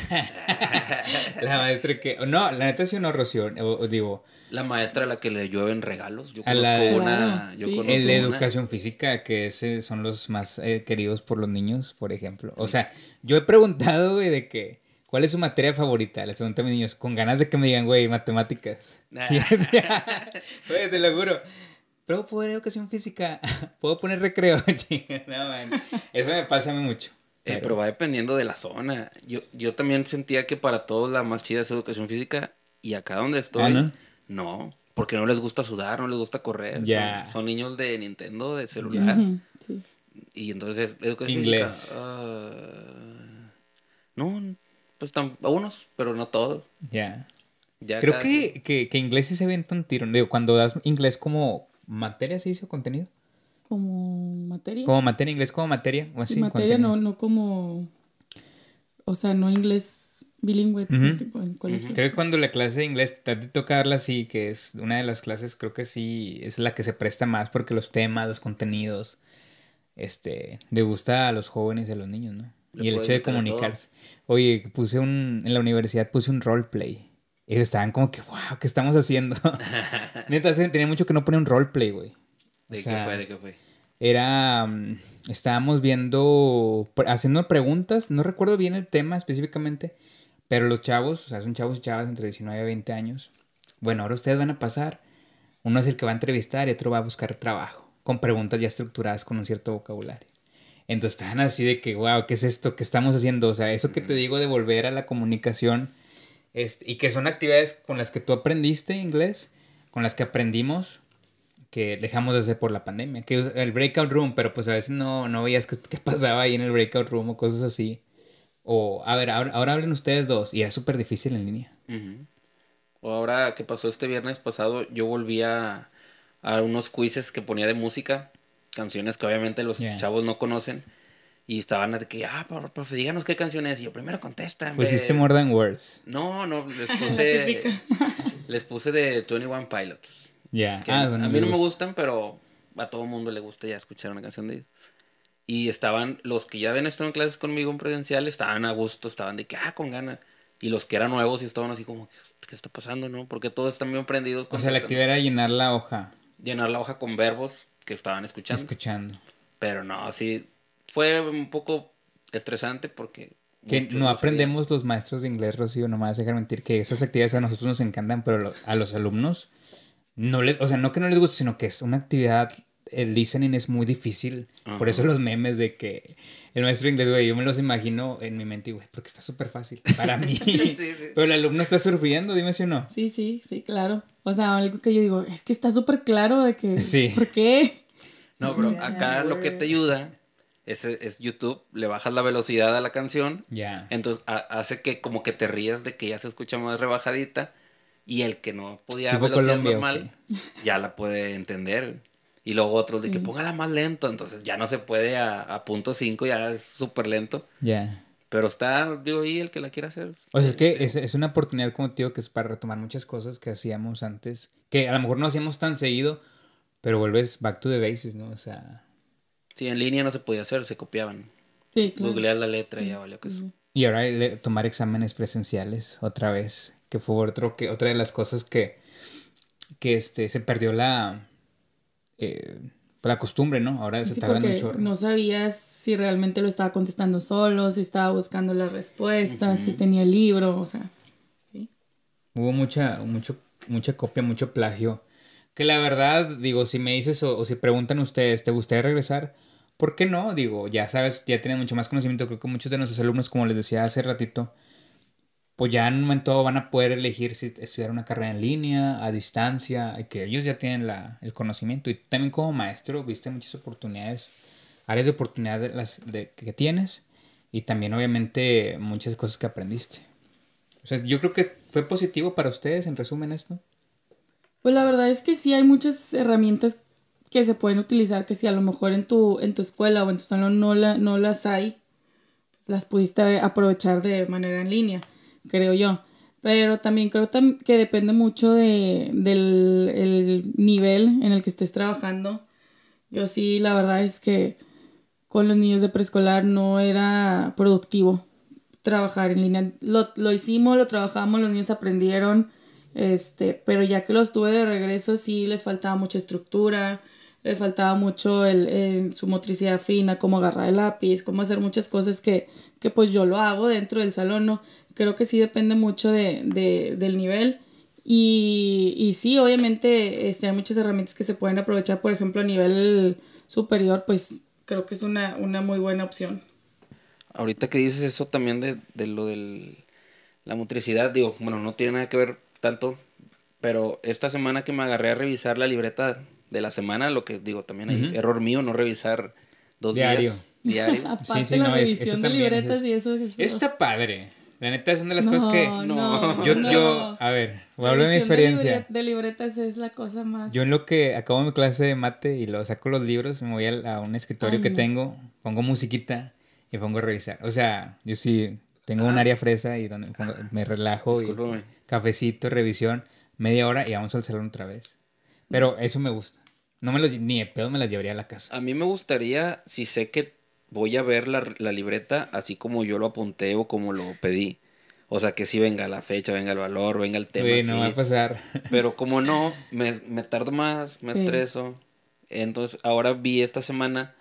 A: La maestra que... No, la neta sí o no, Rocío. O digo...
C: La maestra a la que le llueven regalos. Yo
A: A
C: conozco
A: la-
C: una. Yo
B: Sí,
C: conozco
A: El de
C: una.
A: educación física, que ese son los más queridos por los niños, por ejemplo. O sea, yo he preguntado, güey, de que... ¿Cuál es su materia favorita? Les pregunto a mis niños, con ganas de que me digan, güey, matemáticas. Sí, güey, te lo juro. ¿Puedo poner educación física? ¿Puedo poner recreo? Chinga, no, man. Eso me pasa a mí mucho.
C: Pero va dependiendo de la zona. Yo también sentía que para todos la más chida es educación física. Y acá donde estoy,
A: ¿no?
C: no. Porque no les gusta sudar, no les gusta correr.
A: Ya.
C: Son niños de Nintendo, de celular.
B: Ujú, sí.
C: Y entonces, educación
A: Inglés.
C: física. No, pues algunos, pero no todos.
A: Ya.
C: Ya
A: Creo
C: cada
A: que inglés sí se avienta un tiro. Digo, cuando das inglés como materia, ¿se dice? ¿O contenido?
B: Como materia.
A: Como materia, inglés como materia. O
B: Sí,
A: sí,
B: materia
A: contenido.
B: no como, o sea, no inglés bilingüe,
A: Ujú.
B: tipo en colegio.
A: Creo que cuando la clase de inglés te toca darla así, que es una de las clases, creo que sí es la que se presta más porque los temas, los contenidos, le gusta a los jóvenes y a los niños, ¿no?
C: Le
A: Y el
C: puedes
A: hecho de
C: meter a todo.
A: comunicarse. Oye, en la universidad puse un roleplay. Y ellos estaban como que, wow, ¿qué estamos haciendo? Neta, tenía mucho que no poner un roleplay, güey. O sea,
C: ¿De qué fue?
A: era, estábamos haciendo preguntas, no recuerdo bien el tema específicamente, pero los chavos, o sea, son chavos y chavas entre 19 y 20 años. Bueno, ahora ustedes van a pasar, uno es el que va a entrevistar y otro va a buscar trabajo, con preguntas ya estructuradas con un cierto vocabulario. Entonces estaban así de que, wow, ¿qué es esto? ¿Qué estamos haciendo? O sea, eso que te digo de volver a la comunicación, y que son actividades con las que tú aprendiste inglés, con las que aprendimos, que dejamos de hacer por la pandemia, que el breakout room, pero pues a veces no veías qué pasaba ahí en el breakout room o cosas así. O, a ver, ahora hablen ustedes dos, y era súper difícil en línea.
C: Ujú. O ahora que pasó este viernes pasado, yo volví a unos quizzes que ponía de música, canciones que obviamente los
A: Yeah.
C: chavos no conocen. Y estaban de que, profe, díganos qué canción es. Y yo, primero contestan.
A: Pusiste More Than Words.
C: No, les
B: La
C: puse.
B: típica.
C: Les puse de 21 Pilots.
A: Ya.
C: Que
A: Bueno,
C: a mí no me
A: gusta.
C: gustan, pero a todo mundo le gusta ya escuchar una canción de ellos. Y estaban, los que ya habían estado en clases conmigo en presencial, estaban a gusto, estaban de que, con ganas. Y los que eran nuevos y estaban así como, ¿qué está pasando, no? Porque todos están bien prendidos.
A: O sea, la actividad era llenar la hoja,
C: Llenar la hoja con verbos que estaban escuchando. Pero no, sí, fue un poco estresante porque...
A: Que
C: muchos
A: no
C: sabían.
A: aprendemos los maestros de inglés, Rocío, no me vas a dejar mentir, que esas actividades a nosotros nos encantan, pero a los alumnos no les, o sea, no que no les guste, sino que es una actividad, el listening es muy difícil.
C: Ajá.
A: Por eso los memes de que el maestro de inglés, güey, yo me los imagino en mi mente, güey, porque está súper fácil para mí.
C: Sí.
A: Pero el alumno está surfeando, dime si o no.
B: Sí, claro. O sea, algo que yo digo, es que está súper claro de que,
A: Sí.
B: ¿por qué?
C: No, pero acá lo que te ayuda es YouTube, le bajas la velocidad a la canción,
A: Ya.
C: entonces hace que como que te rías de que ya se escucha más rebajadita y el que no podía
A: Tipo
C: velocidad
A: Colombia,
C: normal ya la puede entender. Y luego otros de que
B: Sí.
C: póngala más lento, entonces ya no se puede a punto 5, ya es súper lento.
A: Ya.
C: Pero está, digo, ahí el que la quiera hacer.
A: O sea, es que es una oportunidad, como te digo, que es para retomar muchas cosas que hacíamos antes, que a lo mejor no hacíamos tan seguido, pero vuelves back to the basics, ¿no? O sea,
C: Sí, en línea no se podía hacer, se copiaban.
B: Sí, claro.
C: Googlear la letra y
B: Sí,
C: ya valió que eso.
A: y ahora tomar exámenes presenciales otra vez, que fue otra de las cosas que se perdió la costumbre, ¿no? Ahora se
B: Sí,
A: tardan un
B: porque
A: chorro.
B: no sabías si realmente lo estaba contestando solo, si estaba buscando las respuestas, si tenía el libro, o sea, sí.
A: Hubo mucha copia, mucho plagio. Que la verdad, digo, si me dices o si preguntan ustedes, ¿te gustaría regresar? ¿Por qué no? Digo, ya sabes, ya tienen mucho más conocimiento. Creo que muchos de nuestros alumnos, como les decía hace ratito, pues ya en un momento van a poder elegir si estudiar una carrera en línea, a distancia, y que ellos ya tienen el conocimiento. Y también como maestro, viste muchas oportunidades, áreas de oportunidad que tienes, y también obviamente muchas cosas que aprendiste. O sea, yo creo que fue positivo para ustedes, en resumen, esto.
B: Pues la verdad es que sí hay muchas herramientas que se pueden utilizar, que si a lo mejor en tu escuela o en tu salón no las hay, pues las pudiste aprovechar de manera en línea, creo yo. Pero también creo que depende mucho del el nivel en el que estés trabajando. Yo sí, la verdad es que con los niños de preescolar no era productivo trabajar en línea. Lo hicimos, lo trabajamos, los niños aprendieron, pero ya que los tuve de regreso sí les faltaba mucha estructura, les faltaba mucho su motricidad fina, cómo agarrar el lápiz, cómo hacer muchas cosas que pues yo lo hago dentro del salón, ¿no? Creo que sí depende mucho del nivel. Y sí, obviamente hay muchas herramientas que se pueden aprovechar, por ejemplo, a nivel superior, pues creo que es una muy buena opción.
C: Ahorita que dices eso también de lo de la motricidad, digo, bueno, no tiene nada que ver tanto, pero esta semana que me agarré a revisar la libreta de la semana, lo que digo, también hay error mío no revisar 2
A: Diario.
C: días diario.
B: Aparte
A: Sí,
B: la
A: no,
B: revisión
A: eso
B: de
A: también
B: libretas y eso es...
A: Está padre. La neta, son de las
B: No,
A: cosas que...
B: no,
A: Yo,
B: no.
A: a ver, voy a hablar de mi
B: Revisión
A: experiencia.
B: de libretas es la cosa más...
A: Yo en lo que acabo mi clase de mate y lo saco los libros, me voy a un escritorio
B: Ay,
A: que
B: no.
A: tengo, pongo musiquita y pongo a revisar. O sea, yo sí tengo un área fresa y donde me relajo y
C: Discúlpame.
A: cafecito, revisión, media hora y vamos al salón otra vez. Pero eso me gusta. No me los, ni de pedo me las llevaría a la casa.
C: A mí me gustaría, si sé que voy a ver la libreta así como yo lo apunté o como lo pedí. O sea, que sí venga la fecha, venga el valor, venga el tema.
A: Güey, no va a
C: Así.
A: pasar.
C: Pero como no, me tardo más, me
B: Sí.
C: estreso. Entonces, ahora vi esta semana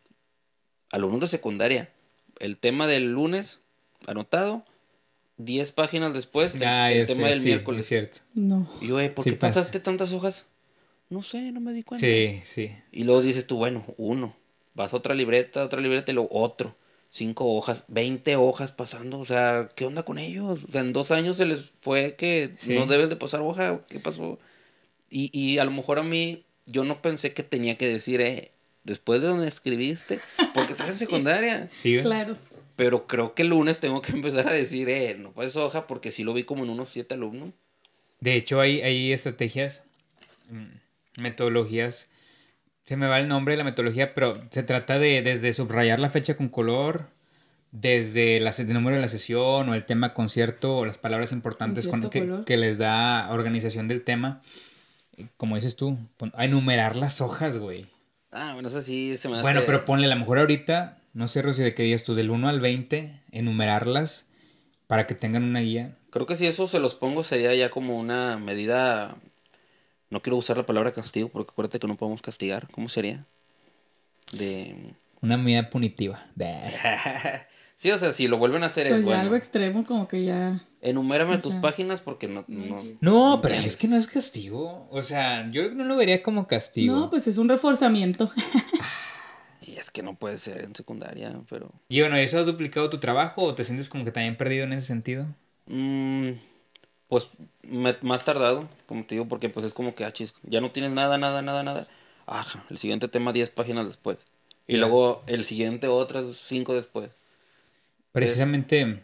C: alumnos de secundaria. El tema del lunes, anotado. 10 páginas después, el
A: Ya
C: tema
A: sé,
C: del
A: sí,
C: miércoles.
A: es cierto.
B: No.
C: Y yo, ¿por
A: Sí
C: qué
A: pasa.
C: pasaste tantas hojas? No sé, no me di cuenta.
A: Sí, sí.
C: Y luego dices tú, bueno, uno. Vas a otra libreta y luego otro. 5 hojas, 20 hojas pasando. O sea, ¿qué onda con ellos? O sea, en 2 años se les fue que
A: Sí.
C: no debes de pasar hoja. ¿Qué pasó? Y a lo mejor a mí, yo no pensé que tenía que decir, después de donde escribiste, porque estás en secundaria.
A: Sí, güey.
B: Claro.
C: Pero creo que el lunes tengo que empezar a decir, no pases hoja, porque sí lo vi como en unos 7 alumnos.
A: De hecho, hay estrategias, metodologías. Se me va el nombre de la metodología, pero se trata de desde subrayar la fecha con color, desde el número de la sesión o el tema concierto o las palabras importantes
B: Con cierto color.
A: que les da organización del tema. Como dices tú, a enumerar las hojas, güey.
C: Ah, bueno, eso sí se me hace...
A: Bueno, pero ponle a lo mejor ahorita, no sé, Rosy, de qué días tú, del 1 al 20, enumerarlas para que tengan una guía.
C: Creo que si eso se los pongo sería ya como una medida... No quiero usar la palabra castigo porque acuérdate que no podemos castigar. ¿Cómo sería? De...
A: Una medida punitiva.
C: Sí, o sea, si lo vuelven a hacer
B: Pues
C: es
B: ya
C: bueno.
B: algo extremo como que ya...
C: Enumérame
B: O
C: tus
B: sea,
C: páginas porque no
A: No, pero
C: entiendes.
A: es que no es castigo. O sea, yo no lo vería como castigo.
B: No, pues es un reforzamiento.
C: Y es que no puede ser en secundaria, pero...
A: Y bueno, ¿eso ha duplicado tu trabajo o te sientes como que también perdido en ese sentido?
C: Pues más tardado, como te digo, porque pues es como que, chis, ya no tienes nada. Ajá, el siguiente tema 10 páginas después. Y
A: Ya.
C: luego el siguiente otras 5 después.
A: Precisamente,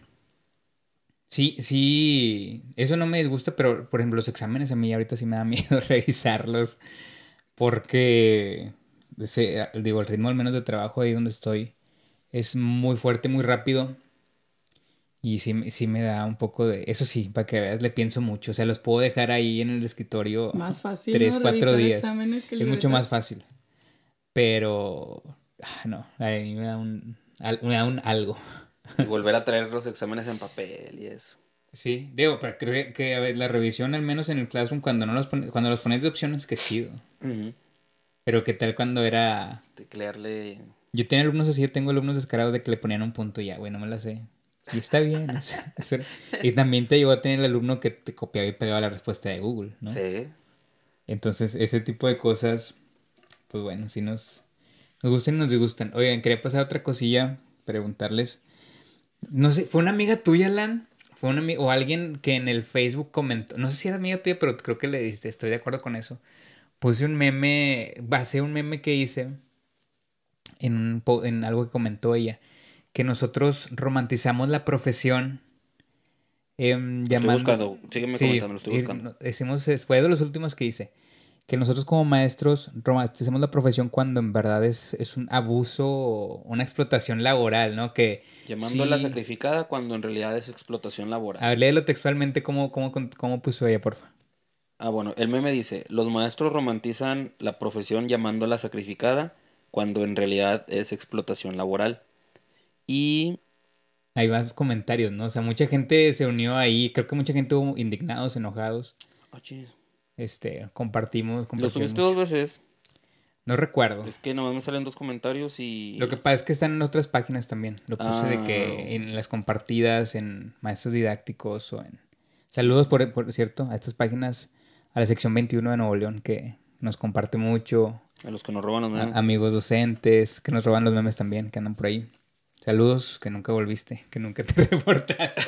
A: sí, eso no me disgusta, pero por ejemplo los exámenes a mí ahorita sí me da miedo revisarlos porque, digo, el ritmo al menos de trabajo ahí donde estoy es muy fuerte, muy rápido y sí me da un poco de... Eso sí, para que veas, le pienso mucho, o sea, los puedo dejar ahí en el escritorio
B: Más fácil,
A: 3,
B: ¿no?
A: 4
B: Revisar
A: días.
B: exámenes que
A: Es mucho más
B: libretas.
A: fácil, pero... no, a mí me da un algo.
C: Y volver a traer los exámenes en papel y eso.
A: Sí, digo, pero creo que a ver, la revisión, al menos en el Classroom, cuando los pones de opciones, que chido.
C: Ujú.
A: Pero qué tal cuando era...
C: Teclearle...
A: Yo tenía alumnos así, yo tengo alumnos descarados de que le ponían un punto y ya, güey, no me la sé. Y está bien. O sea, y también te llegó a tener el alumno que te copiaba y pegaba la respuesta de Google, ¿no?
C: Sí.
A: Entonces, ese tipo de cosas, pues bueno, sí nos gustan y nos disgustan. Oigan, quería pasar a otra cosilla, preguntarles. No sé, ¿fue una amiga tuya, Lan? Fue una amiga, o alguien que en el Facebook comentó, no sé si era amiga tuya, pero creo que le diste, estoy de acuerdo con eso. Puse un meme, basé un meme que hice en algo que comentó ella, que nosotros romantizamos la profesión
C: Lo estoy
A: llamando...
C: buscando. Sígueme
A: Sí,
C: comentando, lo estoy buscando.
A: fue de los últimos que hice. que nosotros como maestros romanticemos la profesión cuando en verdad es un abuso, una explotación laboral, ¿no? Que
C: Llamándola
A: sí.
C: sacrificada cuando en realidad es explotación laboral.
A: A ver, léelo textualmente cómo puso ella, porfa.
C: Ah, bueno, el meme dice, los maestros romantizan la profesión llamándola sacrificada cuando en realidad es explotación laboral. Y...
A: Hay más comentarios, ¿no? O sea, mucha gente se unió ahí. Creo que mucha gente hubo indignados, enojados.
C: ah, chis,
A: Compartimos
C: lo subiste dos
A: mucho.
C: veces.
A: No recuerdo.
C: Es que nomás me salen dos comentarios
A: Lo que
C: y...
A: pasa es que están en otras páginas también. Lo puse de
C: Ah,
A: que en las compartidas, en maestros didácticos o en...
C: sí,
A: Saludos, por cierto, a estas páginas, a la sección 21 de Nuevo León, que nos comparte mucho.
C: a los que nos roban los memes.
A: Amigos docentes, que nos roban los memes también, que andan por ahí. Saludos, que nunca volviste, que nunca te reportaste.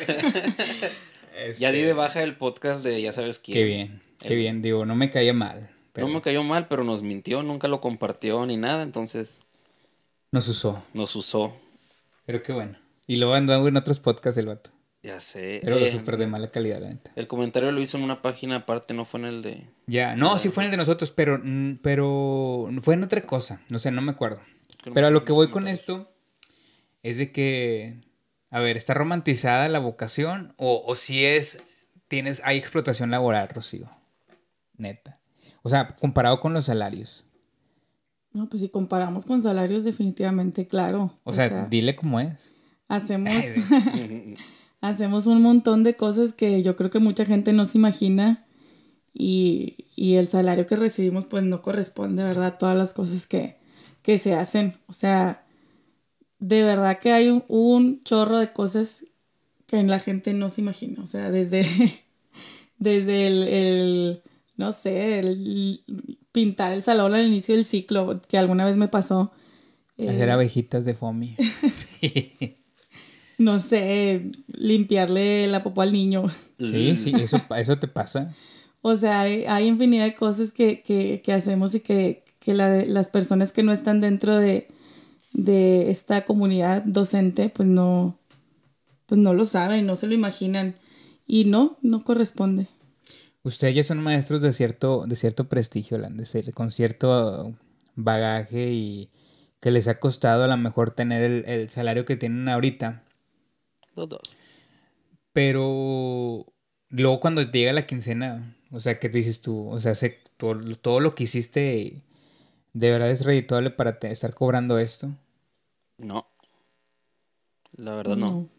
C: Ya di de baja el podcast de ya sabes quién.
A: Qué bien, digo, no me caía mal,
C: No me
A: pero
C: cayó mal, pero nos mintió, nunca lo compartió ni nada, entonces
A: nos usó.
C: nos usó.
A: Pero qué bueno. Y luego andó en otros podcasts el vato.
C: Ya sé.
A: Pero súper de mala calidad, la neta.
C: El comentario lo hizo en una página aparte, no fue en el de...
A: Ya, no, sí fue en el de nosotros, pero fue en otra cosa. No sé, no me acuerdo.
C: que no
A: Pero a
C: sé
A: lo
C: los
A: que voy con
C: comentarios.
A: esto es de que, a ver, ¿está romantizada la vocación o si hay explotación laboral, Rocío? Neta. O sea, comparado con los salarios.
B: No, pues si comparamos con salarios, definitivamente, claro.
A: O sea, dile cómo es.
B: Hacemos, hacemos un montón de cosas que yo creo que mucha gente no se imagina y el salario que recibimos pues no corresponde, ¿verdad? A todas las cosas que se hacen. O sea, de verdad que hay un chorro de cosas que la gente no se imagina. O sea, desde no sé, el pintar el salón al inicio del ciclo, que alguna vez me pasó.
A: Hacer abejitas de foamy.
B: No sé, limpiarle la popó al niño.
A: Sí, eso te pasa.
B: O sea, hay infinidad de cosas que hacemos y que las personas que no están dentro de esta comunidad docente, pues no lo saben, no se lo imaginan. Y no corresponde.
A: Ustedes ya son maestros de cierto prestigio, con cierto bagaje y que les ha costado a lo mejor tener el salario que tienen ahorita.
C: Los dos.
A: Pero luego cuando te llega la quincena, o sea, ¿qué dices tú? O sea, todo lo que hiciste, ¿de verdad es redituable para estar cobrando esto?
C: No, la verdad no.
B: No.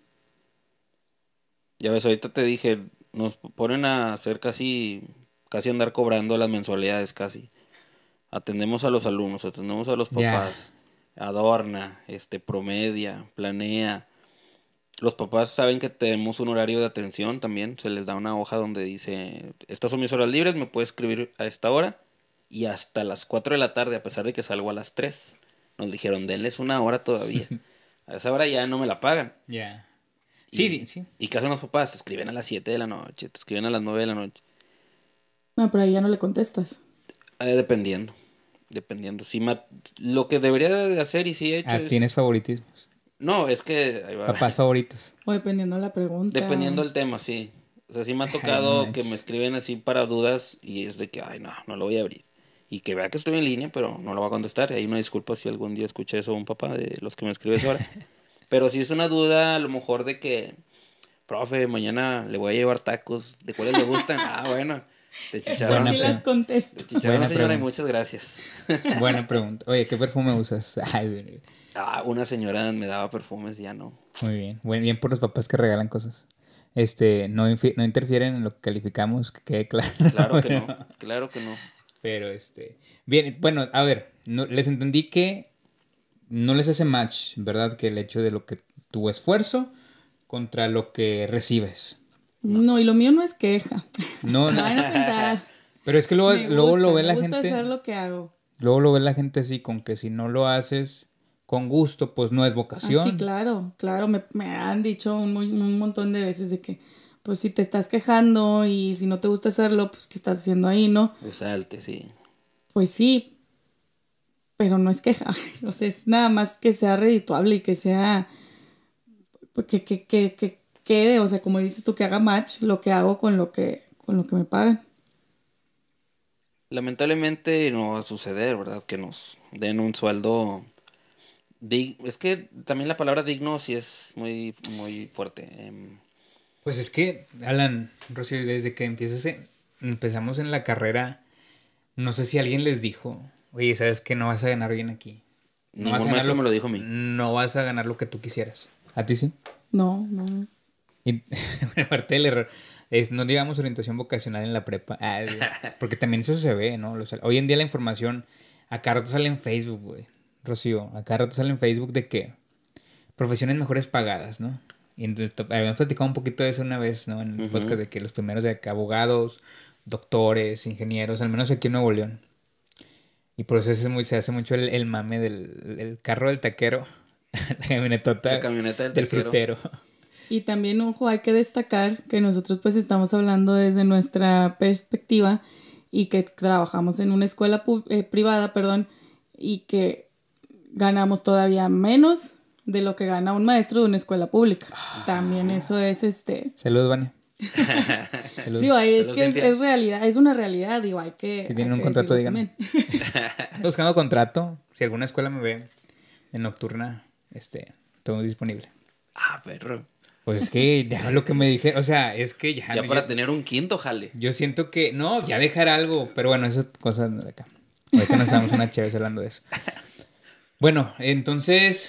C: Ya ves, ahorita te dije, nos ponen a hacer casi andar cobrando las mensualidades casi. Atendemos a los alumnos, atendemos a los
A: Ya.
C: papás, adorna, promedia, planea. Los papás saben que tenemos un horario de atención también, se les da una hoja donde dice, estas son mis horas libres, me puedes escribir a esta hora y hasta las 4 de la tarde, a pesar de que salgo a las 3. Nos dijeron, denles una hora todavía. A esa hora ya no me la pagan.
A: Ya.
C: Y,
A: Sí.
C: ¿Y qué hacen los papás? Te escriben a las 7 de la noche, te escriben a las 9 de la noche.
B: No, pero ahí ya no le contestas.
C: Dependiendo. Lo que debería de hacer y sí he hecho es...
A: ¿Tienes favoritismos?
C: No, es que... ahí va.
A: Papás favoritos.
B: O dependiendo de la pregunta.
C: Dependiendo del tema, sí. O sea, sí me ha
A: Ay, no
C: tocado que
A: manches.
C: me escriben así para dudas y es de que, ay, no lo voy a abrir. Y que vea que estoy en línea, pero no lo voy a contestar. Y ahí una disculpa si algún día escuché eso un papá de los que me escribes ahora. Pero si es una duda, a lo mejor de que, profe, mañana le voy a llevar tacos. ¿De cuáles le gustan? Ah, bueno. De
B: Esas
C: chicharrón.
B: sí las contesto.
C: De chicharrón,
A: Buena
C: señora, y
A: pregunta.
C: muchas gracias.
A: Buena pregunta. Oye, ¿qué perfume usas? Ay,
C: Una señora me daba perfumes, ya no.
A: muy bien. Bien por los papás que regalan cosas. No interfieren en lo que calificamos, que quede claro.
C: Claro que no, claro que no.
A: Pero bien, bueno, a ver, les entendí que no les hace match, ¿verdad? Que el hecho de lo que tu esfuerzo contra lo que recibes.
B: No, y lo mío no es queja.
A: No,
B: No
A: no.
B: van a pensar.
A: Pero es que luego lo ve
B: Me
A: la
B: gusta
A: gente.
B: hacer lo que hago.
A: Luego lo ve la gente así, con que si no lo haces con gusto, pues no es
B: Ah,
A: vocación.
B: sí, claro, me han dicho un montón de veces de que, pues si te estás quejando y si no te gusta hacerlo, pues ¿qué estás haciendo ahí, no?
C: Pues salte, sí.
B: Pues sí, pero no es queja, o sea, es nada más que sea redituable y que sea, pues, que quede, o sea, como dices tú, que haga match lo que hago con lo que me pagan.
C: lamentablemente no va a suceder, ¿verdad? Que nos den un sueldo. Es que también la palabra digno sí es muy, muy fuerte.
A: Pues es que, Alan, Rocío, desde que empezamos en la carrera, no sé si alguien les dijo, oye, ¿sabes que no vas a ganar bien aquí? No vas a
C: Ningún
A: ganar
C: maestro me lo dijo a mí.
A: No vas a ganar lo que tú quisieras. ¿A ti sí?
B: No, no.
A: Y aparte del error, no digamos orientación vocacional en la prepa. Sí. Porque también eso se ve, ¿no? Hoy en día la información, a cada rato sale en Facebook, güey. Rocío, a cada rato sale en Facebook de que profesiones mejores pagadas, ¿no? Y entonces, habíamos platicado un poquito de eso una vez, ¿no? En el podcast de que los primeros de que abogados, doctores, ingenieros, al menos aquí en Nuevo León. Y por eso se hace mucho el mame del carro del taquero, la camionetota
C: La camioneta
A: del frutero.
B: Y también, ojo, hay que destacar que nosotros pues estamos hablando desde nuestra perspectiva y que trabajamos en una escuela privada, y que ganamos todavía menos de lo que gana un maestro de una escuela pública. También eso es
A: Saludos, Vania.
B: Saludos. Digo, es que es realidad, es una realidad, digo, hay que...
A: Si tienen un contrato, díganme. Buscando contrato, si alguna escuela me ve en nocturna, estoy disponible.
C: Perro.
A: Pues es que ya lo que me dije, o sea, es que ya...
C: Ya para tener un quinto jale.
A: Yo siento que, no, ya dejar algo, pero bueno, eso es cosa de acá. Ahorita nos damos una chévere hablando de eso. Bueno, entonces...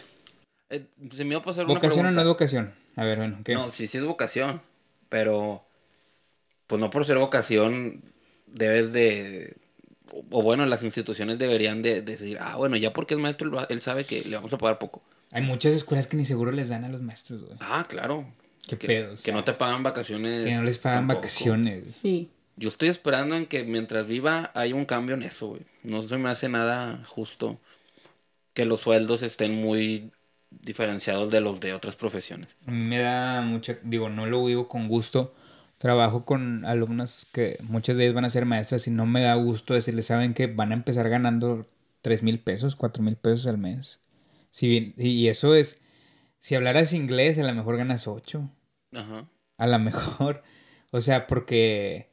C: se me iba a pasar
A: ¿Vocación o no es vocación? A ver, bueno, ¿qué?
C: No, sí es vocación, pero pues no por ser vocación debes de... O bueno, las instituciones deberían de decir, bueno, ya porque es maestro, él sabe que le vamos a pagar poco.
A: Hay muchas escuelas que ni seguro les dan a los maestros, güey.
C: Claro.
A: Qué pedos.
C: Que no te pagan vacaciones.
A: Que no les pagan vacaciones.
B: Sí.
C: Yo estoy esperando en que mientras viva hay un cambio en eso, güey. No se me hace nada justo que los sueldos estén muy diferenciados de los de otras profesiones.
A: A mí me da no lo digo con gusto. Trabajo con alumnas que muchas de ellas van a ser maestras y no me da gusto decirles, saben que van a empezar ganando 3,000 pesos, 4,000 pesos al mes. Si bien, y eso es, si hablaras inglés, a lo mejor ganas 8.
C: Ajá.
A: A lo mejor, o sea, porque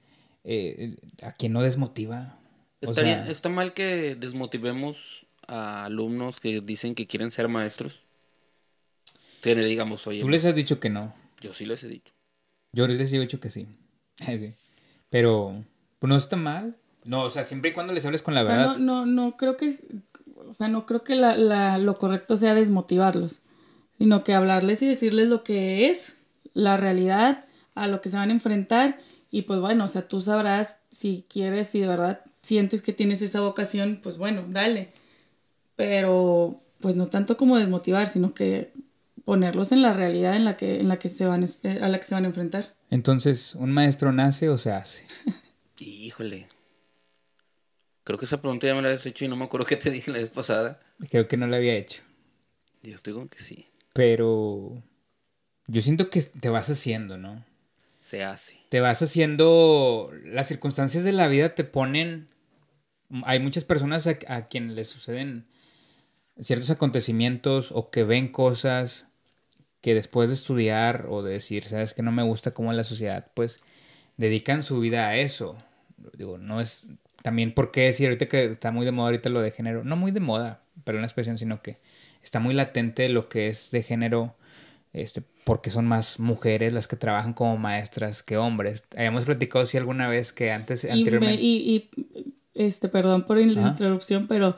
A: a quien no desmotiva.
C: Está mal que desmotivemos a alumnos que dicen que quieren ser maestros. Que le digamos, oye.
A: Tú les has dicho que no.
C: Yo sí les he dicho.
A: Yo les he dicho que sí. Sí. Pero, pues no está mal. No, o sea, siempre y cuando les hables con la verdad.
B: No creo que no creo que lo correcto sea desmotivarlos, sino que hablarles y decirles lo que es la realidad, a lo que se van a enfrentar, y pues bueno, o sea, tú sabrás si quieres, si de verdad sientes que tienes esa vocación, pues bueno, dale. Pero pues no tanto como desmotivar, sino que ponerlos en la realidad a la que se van a enfrentar.
A: Entonces, ¿un maestro nace o se hace?
C: Híjole. Creo que esa pregunta ya me la habías hecho y no me acuerdo qué te dije la vez pasada.
A: Creo que no la había hecho.
C: Yo estoy con que sí.
A: Pero yo siento que te vas haciendo, ¿no?
C: Se hace.
A: Te vas haciendo... Las circunstancias de la vida te ponen... Hay muchas personas a quienes les suceden ciertos acontecimientos o que ven cosas que después de estudiar o de decir, sabes que no me gusta cómo es la sociedad, pues dedican su vida a eso. Digo, no es también por qué decir ahorita que está muy de moda ahorita lo de género, no muy de moda, pero una expresión, sino que está muy latente lo que es de género, porque son más mujeres las que trabajan como maestras que hombres. Habíamos platicado sí alguna vez que anteriormente.
B: Perdón por la interrupción, pero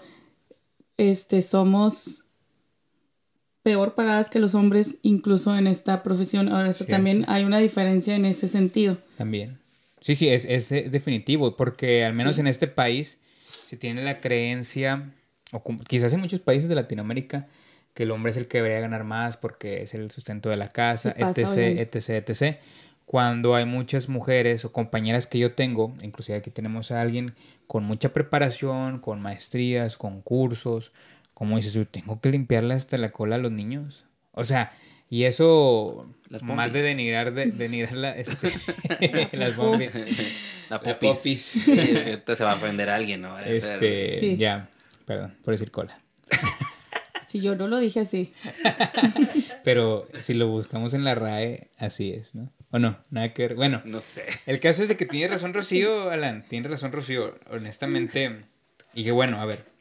B: somos peor pagadas que los hombres, incluso en esta profesión. Ahora, también hay una diferencia en ese sentido.
A: También. Sí, es definitivo, porque al menos en este país se tiene la creencia, o quizás en muchos países de Latinoamérica, que el hombre es el que debería ganar más porque es el sustento de la casa, etc. Cuando hay muchas mujeres o compañeras que yo tengo, inclusive aquí tenemos a alguien con mucha preparación, con maestrías, con cursos, como dices, yo tengo que limpiarle hasta la cola a los niños. O sea, y eso, más de denigrar las pompis.
C: La popis. Se va a ofender a alguien, ¿no?
B: Sí.
A: Ya, perdón, por decir cola.
B: Si yo no lo dije así.
A: Pero si lo buscamos en la RAE, así es, ¿no? ¿O no? Nada que ver. Bueno,
C: No sé.
A: el caso es de que tiene razón Rocío, Alan. Tiene razón Rocío, honestamente. Y que bueno, a ver.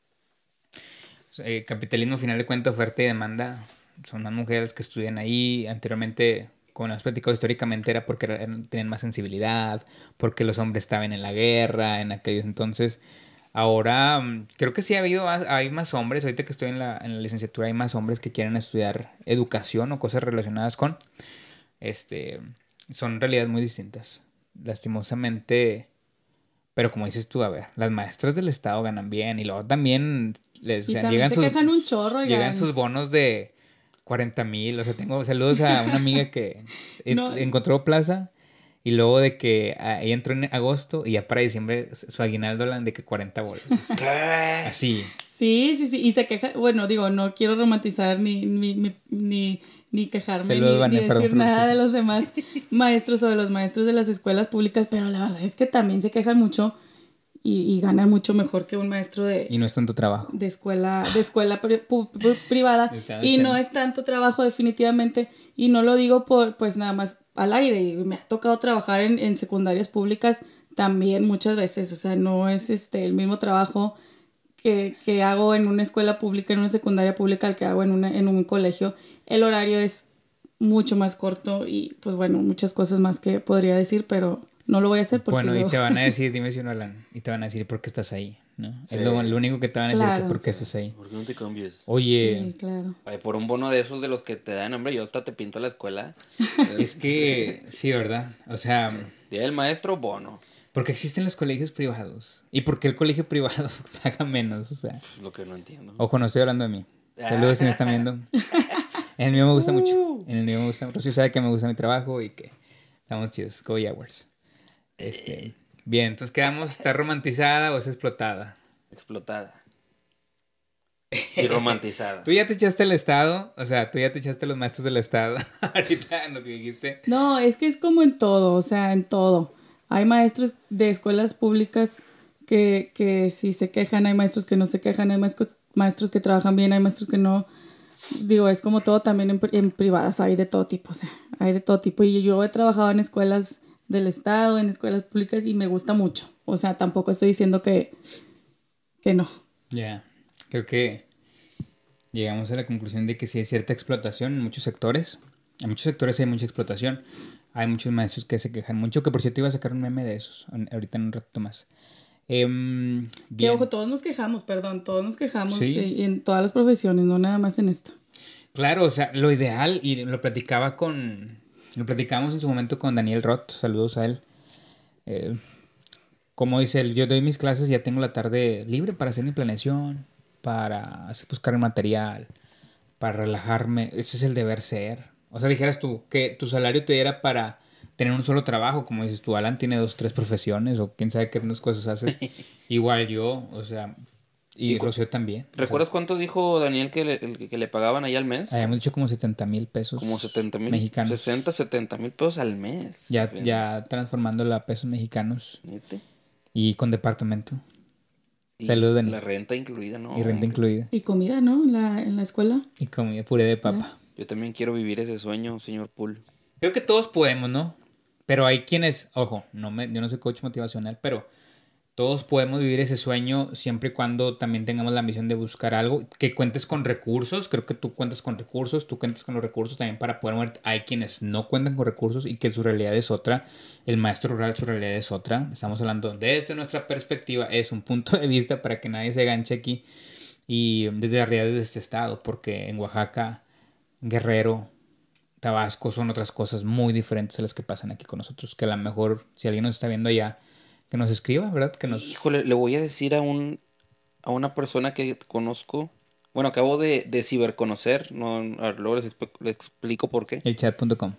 A: Capitalismo, final de cuentas, oferta y demanda. Son las mujeres que estudian ahí. Anteriormente, como has platicado históricamente, era porque tenían más sensibilidad, porque los hombres estaban en la guerra en aquellos entonces. Ahora, creo que sí hay más hombres. Ahorita que estoy en la licenciatura, hay más hombres que quieren estudiar educación o cosas relacionadas con. Este, son realidades muy distintas. Lastimosamente. Pero como dices tú, a ver, las maestras del estado ganan bien y luego también
B: Y también se quejan un chorro,
A: llegan
B: oigan.
A: sus bonos de 40,000. O sea, tengo saludos a una amiga que
B: No,
A: encontró plaza y luego de que ella entró en agosto y ya para diciembre su aguinaldo hablan de que 40 bolas.
C: ¿Qué?
A: Así.
B: sí, sí, sí. Y se queja, bueno, digo, no quiero romantizar ni quejarme
A: Saludos,
B: ni
A: Vania, perdón
B: decir
A: por
B: nada
A: decir.
B: de los demás maestros o de los maestros de las escuelas públicas, pero la verdad es que también se quejan mucho y ganan mucho mejor que un maestro
A: Y no es tanto trabajo.
B: de escuela privada.
A: Estaba
B: Y no
A: echando.
B: es tanto trabajo definitivamente. Y no lo digo por, pues nada más al aire. Y me ha tocado trabajar en secundarias públicas también muchas veces. O sea, no es el mismo trabajo que hago en una escuela pública, en una secundaria pública, al que hago en un colegio. El horario es mucho más corto y pues bueno, muchas cosas más que podría decir, pero no lo voy a hacer porque
A: Bueno, y
B: luego...
A: te van a decir, dime si no, Alan, y te van a decir por qué estás ahí, ¿no?
C: Sí.
A: Es lo único que te van a decir que
B: Claro.
A: por qué estás ahí.
C: ¿Por qué no te cambies?
A: Oye,
B: Sí, claro.
C: Ay, por un bono de esos de los que te dan, hombre, yo hasta te pinto la escuela.
A: es que sí, ¿verdad? O sea,
C: Día del maestro, bono.
A: ¿por qué existen los colegios privados? ¿Y por qué el colegio privado paga menos? O sea,
C: Es lo que no entiendo.
A: ojo, no estoy hablando de mí. Saludos si me están viendo. En el mío me gusta mucho. En el mío me gusta mucho. Rocío sabe que me gusta mi trabajo y que estamos chidos. Go Jaguars. Bien, entonces quedamos, ¿está romantizada o es explotada?
C: Explotada. Y romantizada.
A: Tú ya te echaste el estado, o sea, tú ya te echaste los maestros del estado. Ahorita en lo que dijiste.
B: No, es que es como en todo, o sea, en todo. Hay maestros de escuelas públicas que sí se quejan, hay maestros que no se quejan, hay maestros que trabajan bien, hay maestros que no. Digo, es como todo también en privadas, hay de todo tipo, o sea, hay de todo tipo. Y yo he trabajado en escuelas del estado, en escuelas públicas y me gusta mucho. O sea, tampoco estoy diciendo que no.
A: Ya, creo que llegamos a la conclusión de que sí hay cierta explotación en muchos sectores. En muchos sectores hay mucha explotación. Hay muchos maestros que se quejan mucho, que por cierto iba a sacar un meme de esos, ahorita en un rato más.
B: Que
A: Bien.
B: ojo, todos nos quejamos, perdón, todos nos quejamos
A: Sí.
B: en todas las profesiones, no nada más en esta.
A: Claro, o sea, lo ideal, y lo platicamos en su momento con Daniel Roth, saludos a él. Como dice él, yo doy mis clases y ya tengo la tarde libre para hacer mi planeación, para buscar el material, para relajarme. Ese es el deber ser. O sea, dijeras tú que tu salario te diera para tener un solo trabajo, como dices tú, Alan tiene 2, 3 profesiones o quién sabe qué unas cosas haces. Igual yo, o sea, y Rocío también.
C: ¿Recuerdas cuánto dijo Daniel que le pagaban ahí al mes?
A: Habíamos dicho como 70,000 pesos.
C: Como 70,000
A: mexicanos.
C: 60, 70,000 pesos al mes.
A: Ya transformándola a pesos mexicanos
C: ¿Nete?
A: y con departamento.
C: Y
A: Saludos, Dani.
C: la renta incluida, ¿no?
A: Y renta incluida.
B: Y comida, ¿no? En la escuela.
A: Y comida, puré de papa.
C: Yo también quiero vivir ese sueño, señor Pool.
A: Creo que todos podemos, ¿no? Pero hay quienes, ojo, yo no soy coach motivacional, pero todos podemos vivir ese sueño siempre y cuando también tengamos la ambición de buscar algo, que cuentes con recursos. Creo que tú cuentas con recursos, tú cuentas con los recursos también para poder mover. Hay quienes no cuentan con recursos y que su realidad es otra. El maestro rural, su realidad es otra. Estamos hablando desde nuestra perspectiva, es un punto de vista para que nadie se ganche aquí. Y desde la realidad de este estado, porque en Oaxaca, Guerrero, Tabasco son otras cosas muy diferentes a las que pasan aquí con nosotros. Que a lo mejor, si alguien nos está viendo allá, que nos escriba, ¿verdad? Que nos...
C: Híjole, le voy a decir a una persona que conozco. Bueno, acabo de ciberconocer. No, a ver, luego les explico por qué.
A: Elchat.com.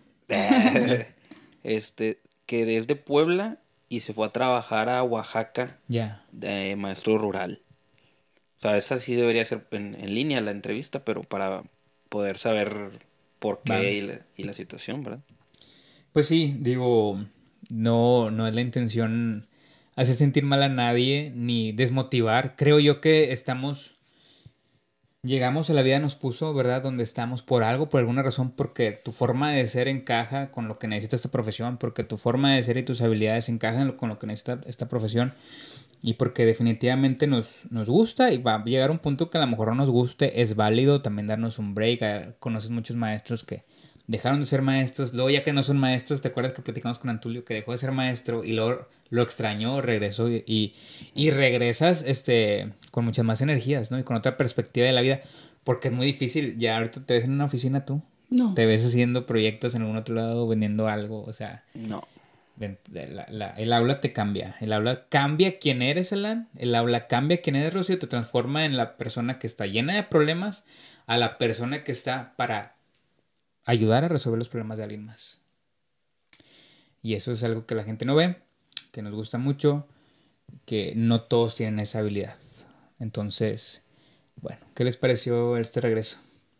C: Que es de Puebla y se fue a trabajar a Oaxaca
A: Ya.
C: de maestro rural. O sea, esa sí debería ser en línea la entrevista, pero para poder saber por qué
A: Vale.
C: y la situación, ¿verdad?
A: Pues sí, digo, no es la intención hacer sentir mal a nadie ni desmotivar. Creo yo que estamos llegamos a la vida nos puso, ¿verdad? Donde estamos por algo, por alguna razón, porque tu forma de ser encaja con lo que necesita esta profesión, porque tu forma de ser y tus habilidades encajan con lo que necesita esta profesión y porque definitivamente nos gusta y va a llegar un punto que a lo mejor no nos guste, es válido también darnos un break. Conoces muchos maestros que dejaron de ser maestros, luego ya que no son maestros, ¿te acuerdas que platicamos con Antulio que dejó de ser maestro y luego lo extrañó, regresó y regresas con muchas más energías, ¿no? Y con otra perspectiva de la vida, porque es muy difícil, ya ahorita te ves en una oficina tú,
B: No.
A: te ves haciendo proyectos en algún otro lado, vendiendo algo, o sea,
C: No.
A: el aula te cambia, el aula cambia quién eres, Alan, el aula cambia quién eres, Rocío, te transforma en la persona que está llena de problemas a la persona que está para ayudar a resolver los problemas de alguien más. Y eso es algo que la gente no ve, que nos gusta mucho, que no todos tienen esa habilidad. Entonces, bueno, ¿qué les pareció este regreso?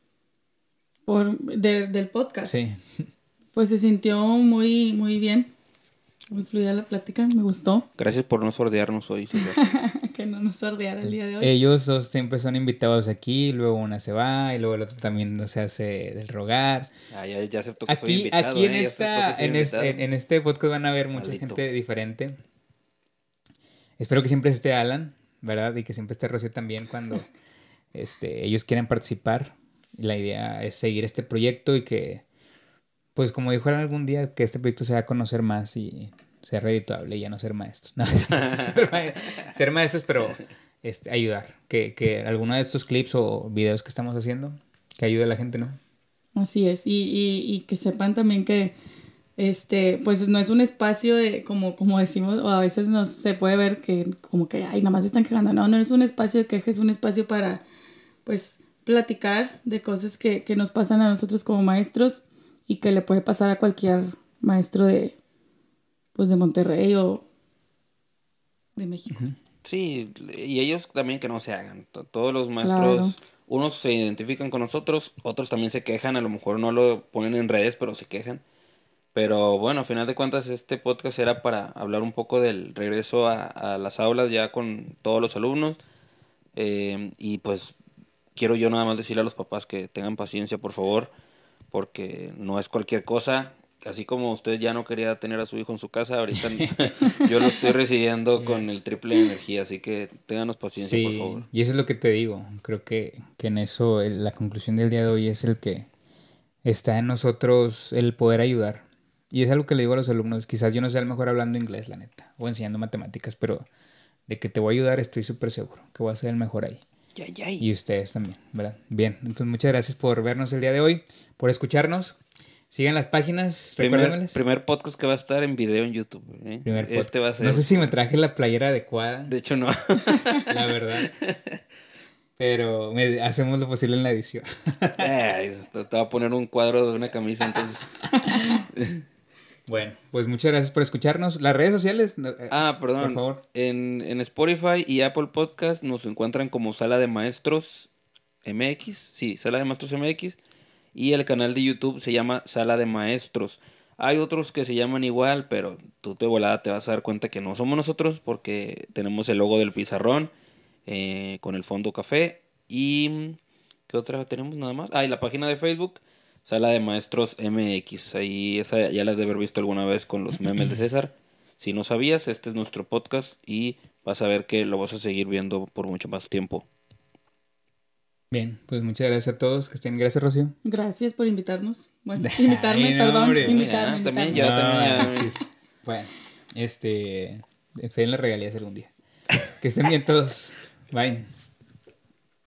B: Del podcast.
A: Sí.
B: Pues se sintió muy, muy bien. Muy fluida la plática, me gustó.
C: Gracias por no sordearnos hoy, Silvia.
B: Que no nos sordeara el día de hoy.
A: Ellos dos siempre son invitados aquí, luego una se va y luego el otro también no se hace del rogar.
C: Ya acepto que soy
A: Aquí,
C: invitado.
A: aquí en,
C: Ya acepto que soy invitado.
A: en este podcast van a ver mucha
C: Maldito.
A: gente diferente. Espero que siempre esté Alan, ¿verdad? Y que siempre esté Rocío también cuando ellos quieren participar. La idea es seguir este proyecto y que, pues como dijo Alan algún día, que este proyecto se va a conocer más y ser redituable y ya no ser maestros. No, ser maestros, pero ayudar. Que alguno de estos clips o videos que estamos haciendo, que ayude a la gente, ¿no?
B: Así es. Y que sepan también que pues no es un espacio de, como decimos, o a veces se puede ver que como que, ay, nada más están quejando. No es un espacio de queja, es un espacio para, pues, platicar de cosas que nos pasan a nosotros como maestros y que le puede pasar a cualquier maestro de Monterrey o de México.
A: Ujú.
C: Sí, y ellos también que no se hagan. Todos los maestros,
B: Claro.
C: unos se identifican con nosotros, otros también se quejan, a lo mejor no lo ponen en redes, pero se quejan. Pero bueno, a final de cuentas este podcast era para hablar un poco del regreso a las aulas ya con todos los alumnos. Y pues quiero yo nada más decirle a los papás que tengan paciencia, por favor, porque no es cualquier cosa. Así como usted ya no quería tener a su hijo en su casa, ahorita yo lo estoy recibiendo con el triple de energía, así que ténganos paciencia, por favor.
A: Y eso es lo que te digo. Creo que en eso la conclusión del día de hoy es el que está en nosotros el poder ayudar. Y es algo que le digo a los alumnos. Quizás yo no sea el mejor hablando inglés, la neta, o enseñando matemáticas, pero de que te voy a ayudar estoy súper seguro que voy a ser el mejor ahí. Y ustedes también, ¿verdad? Bien, entonces muchas gracias por vernos el día de hoy, por escucharnos. Sigan las páginas, recuérdenmelas.
C: Primer podcast que va a estar en video en YouTube.
A: Primer podcast.
C: Este va a ser.
A: No sé si me traje la playera adecuada.
C: De hecho, no.
A: La verdad. Pero hacemos lo posible en la edición.
C: Te voy a poner un cuadro de una camisa, entonces.
A: Bueno, pues muchas gracias por escucharnos. Las redes sociales.
C: Perdón.
A: Por favor.
C: En Spotify y Apple Podcast nos encuentran como Sala de Maestros MX. Sí, Sala de Maestros MX. Y el canal de YouTube se llama Sala de Maestros. Hay otros que se llaman igual, pero tú de volada te vas a dar cuenta que no somos nosotros porque tenemos el logo del pizarrón con el fondo café. ¿Y qué otra tenemos nada más? Y la página de Facebook, Sala de Maestros MX. Ahí esa ya la has de haber visto alguna vez con los memes de César. Si no sabías, este es nuestro podcast y vas a ver que lo vas a seguir viendo por mucho más tiempo.
A: Bien, pues muchas gracias a todos. Que estén. Gracias, Rocío.
B: Gracias por invitarnos. Bueno, invitarme,
A: Ay, no,
B: perdón.
A: hombre.
B: Invitarme.
C: También
B: invitarme.
C: ya.
A: Bueno, fe en las regalías algún día. Que estén bien todos. Bye.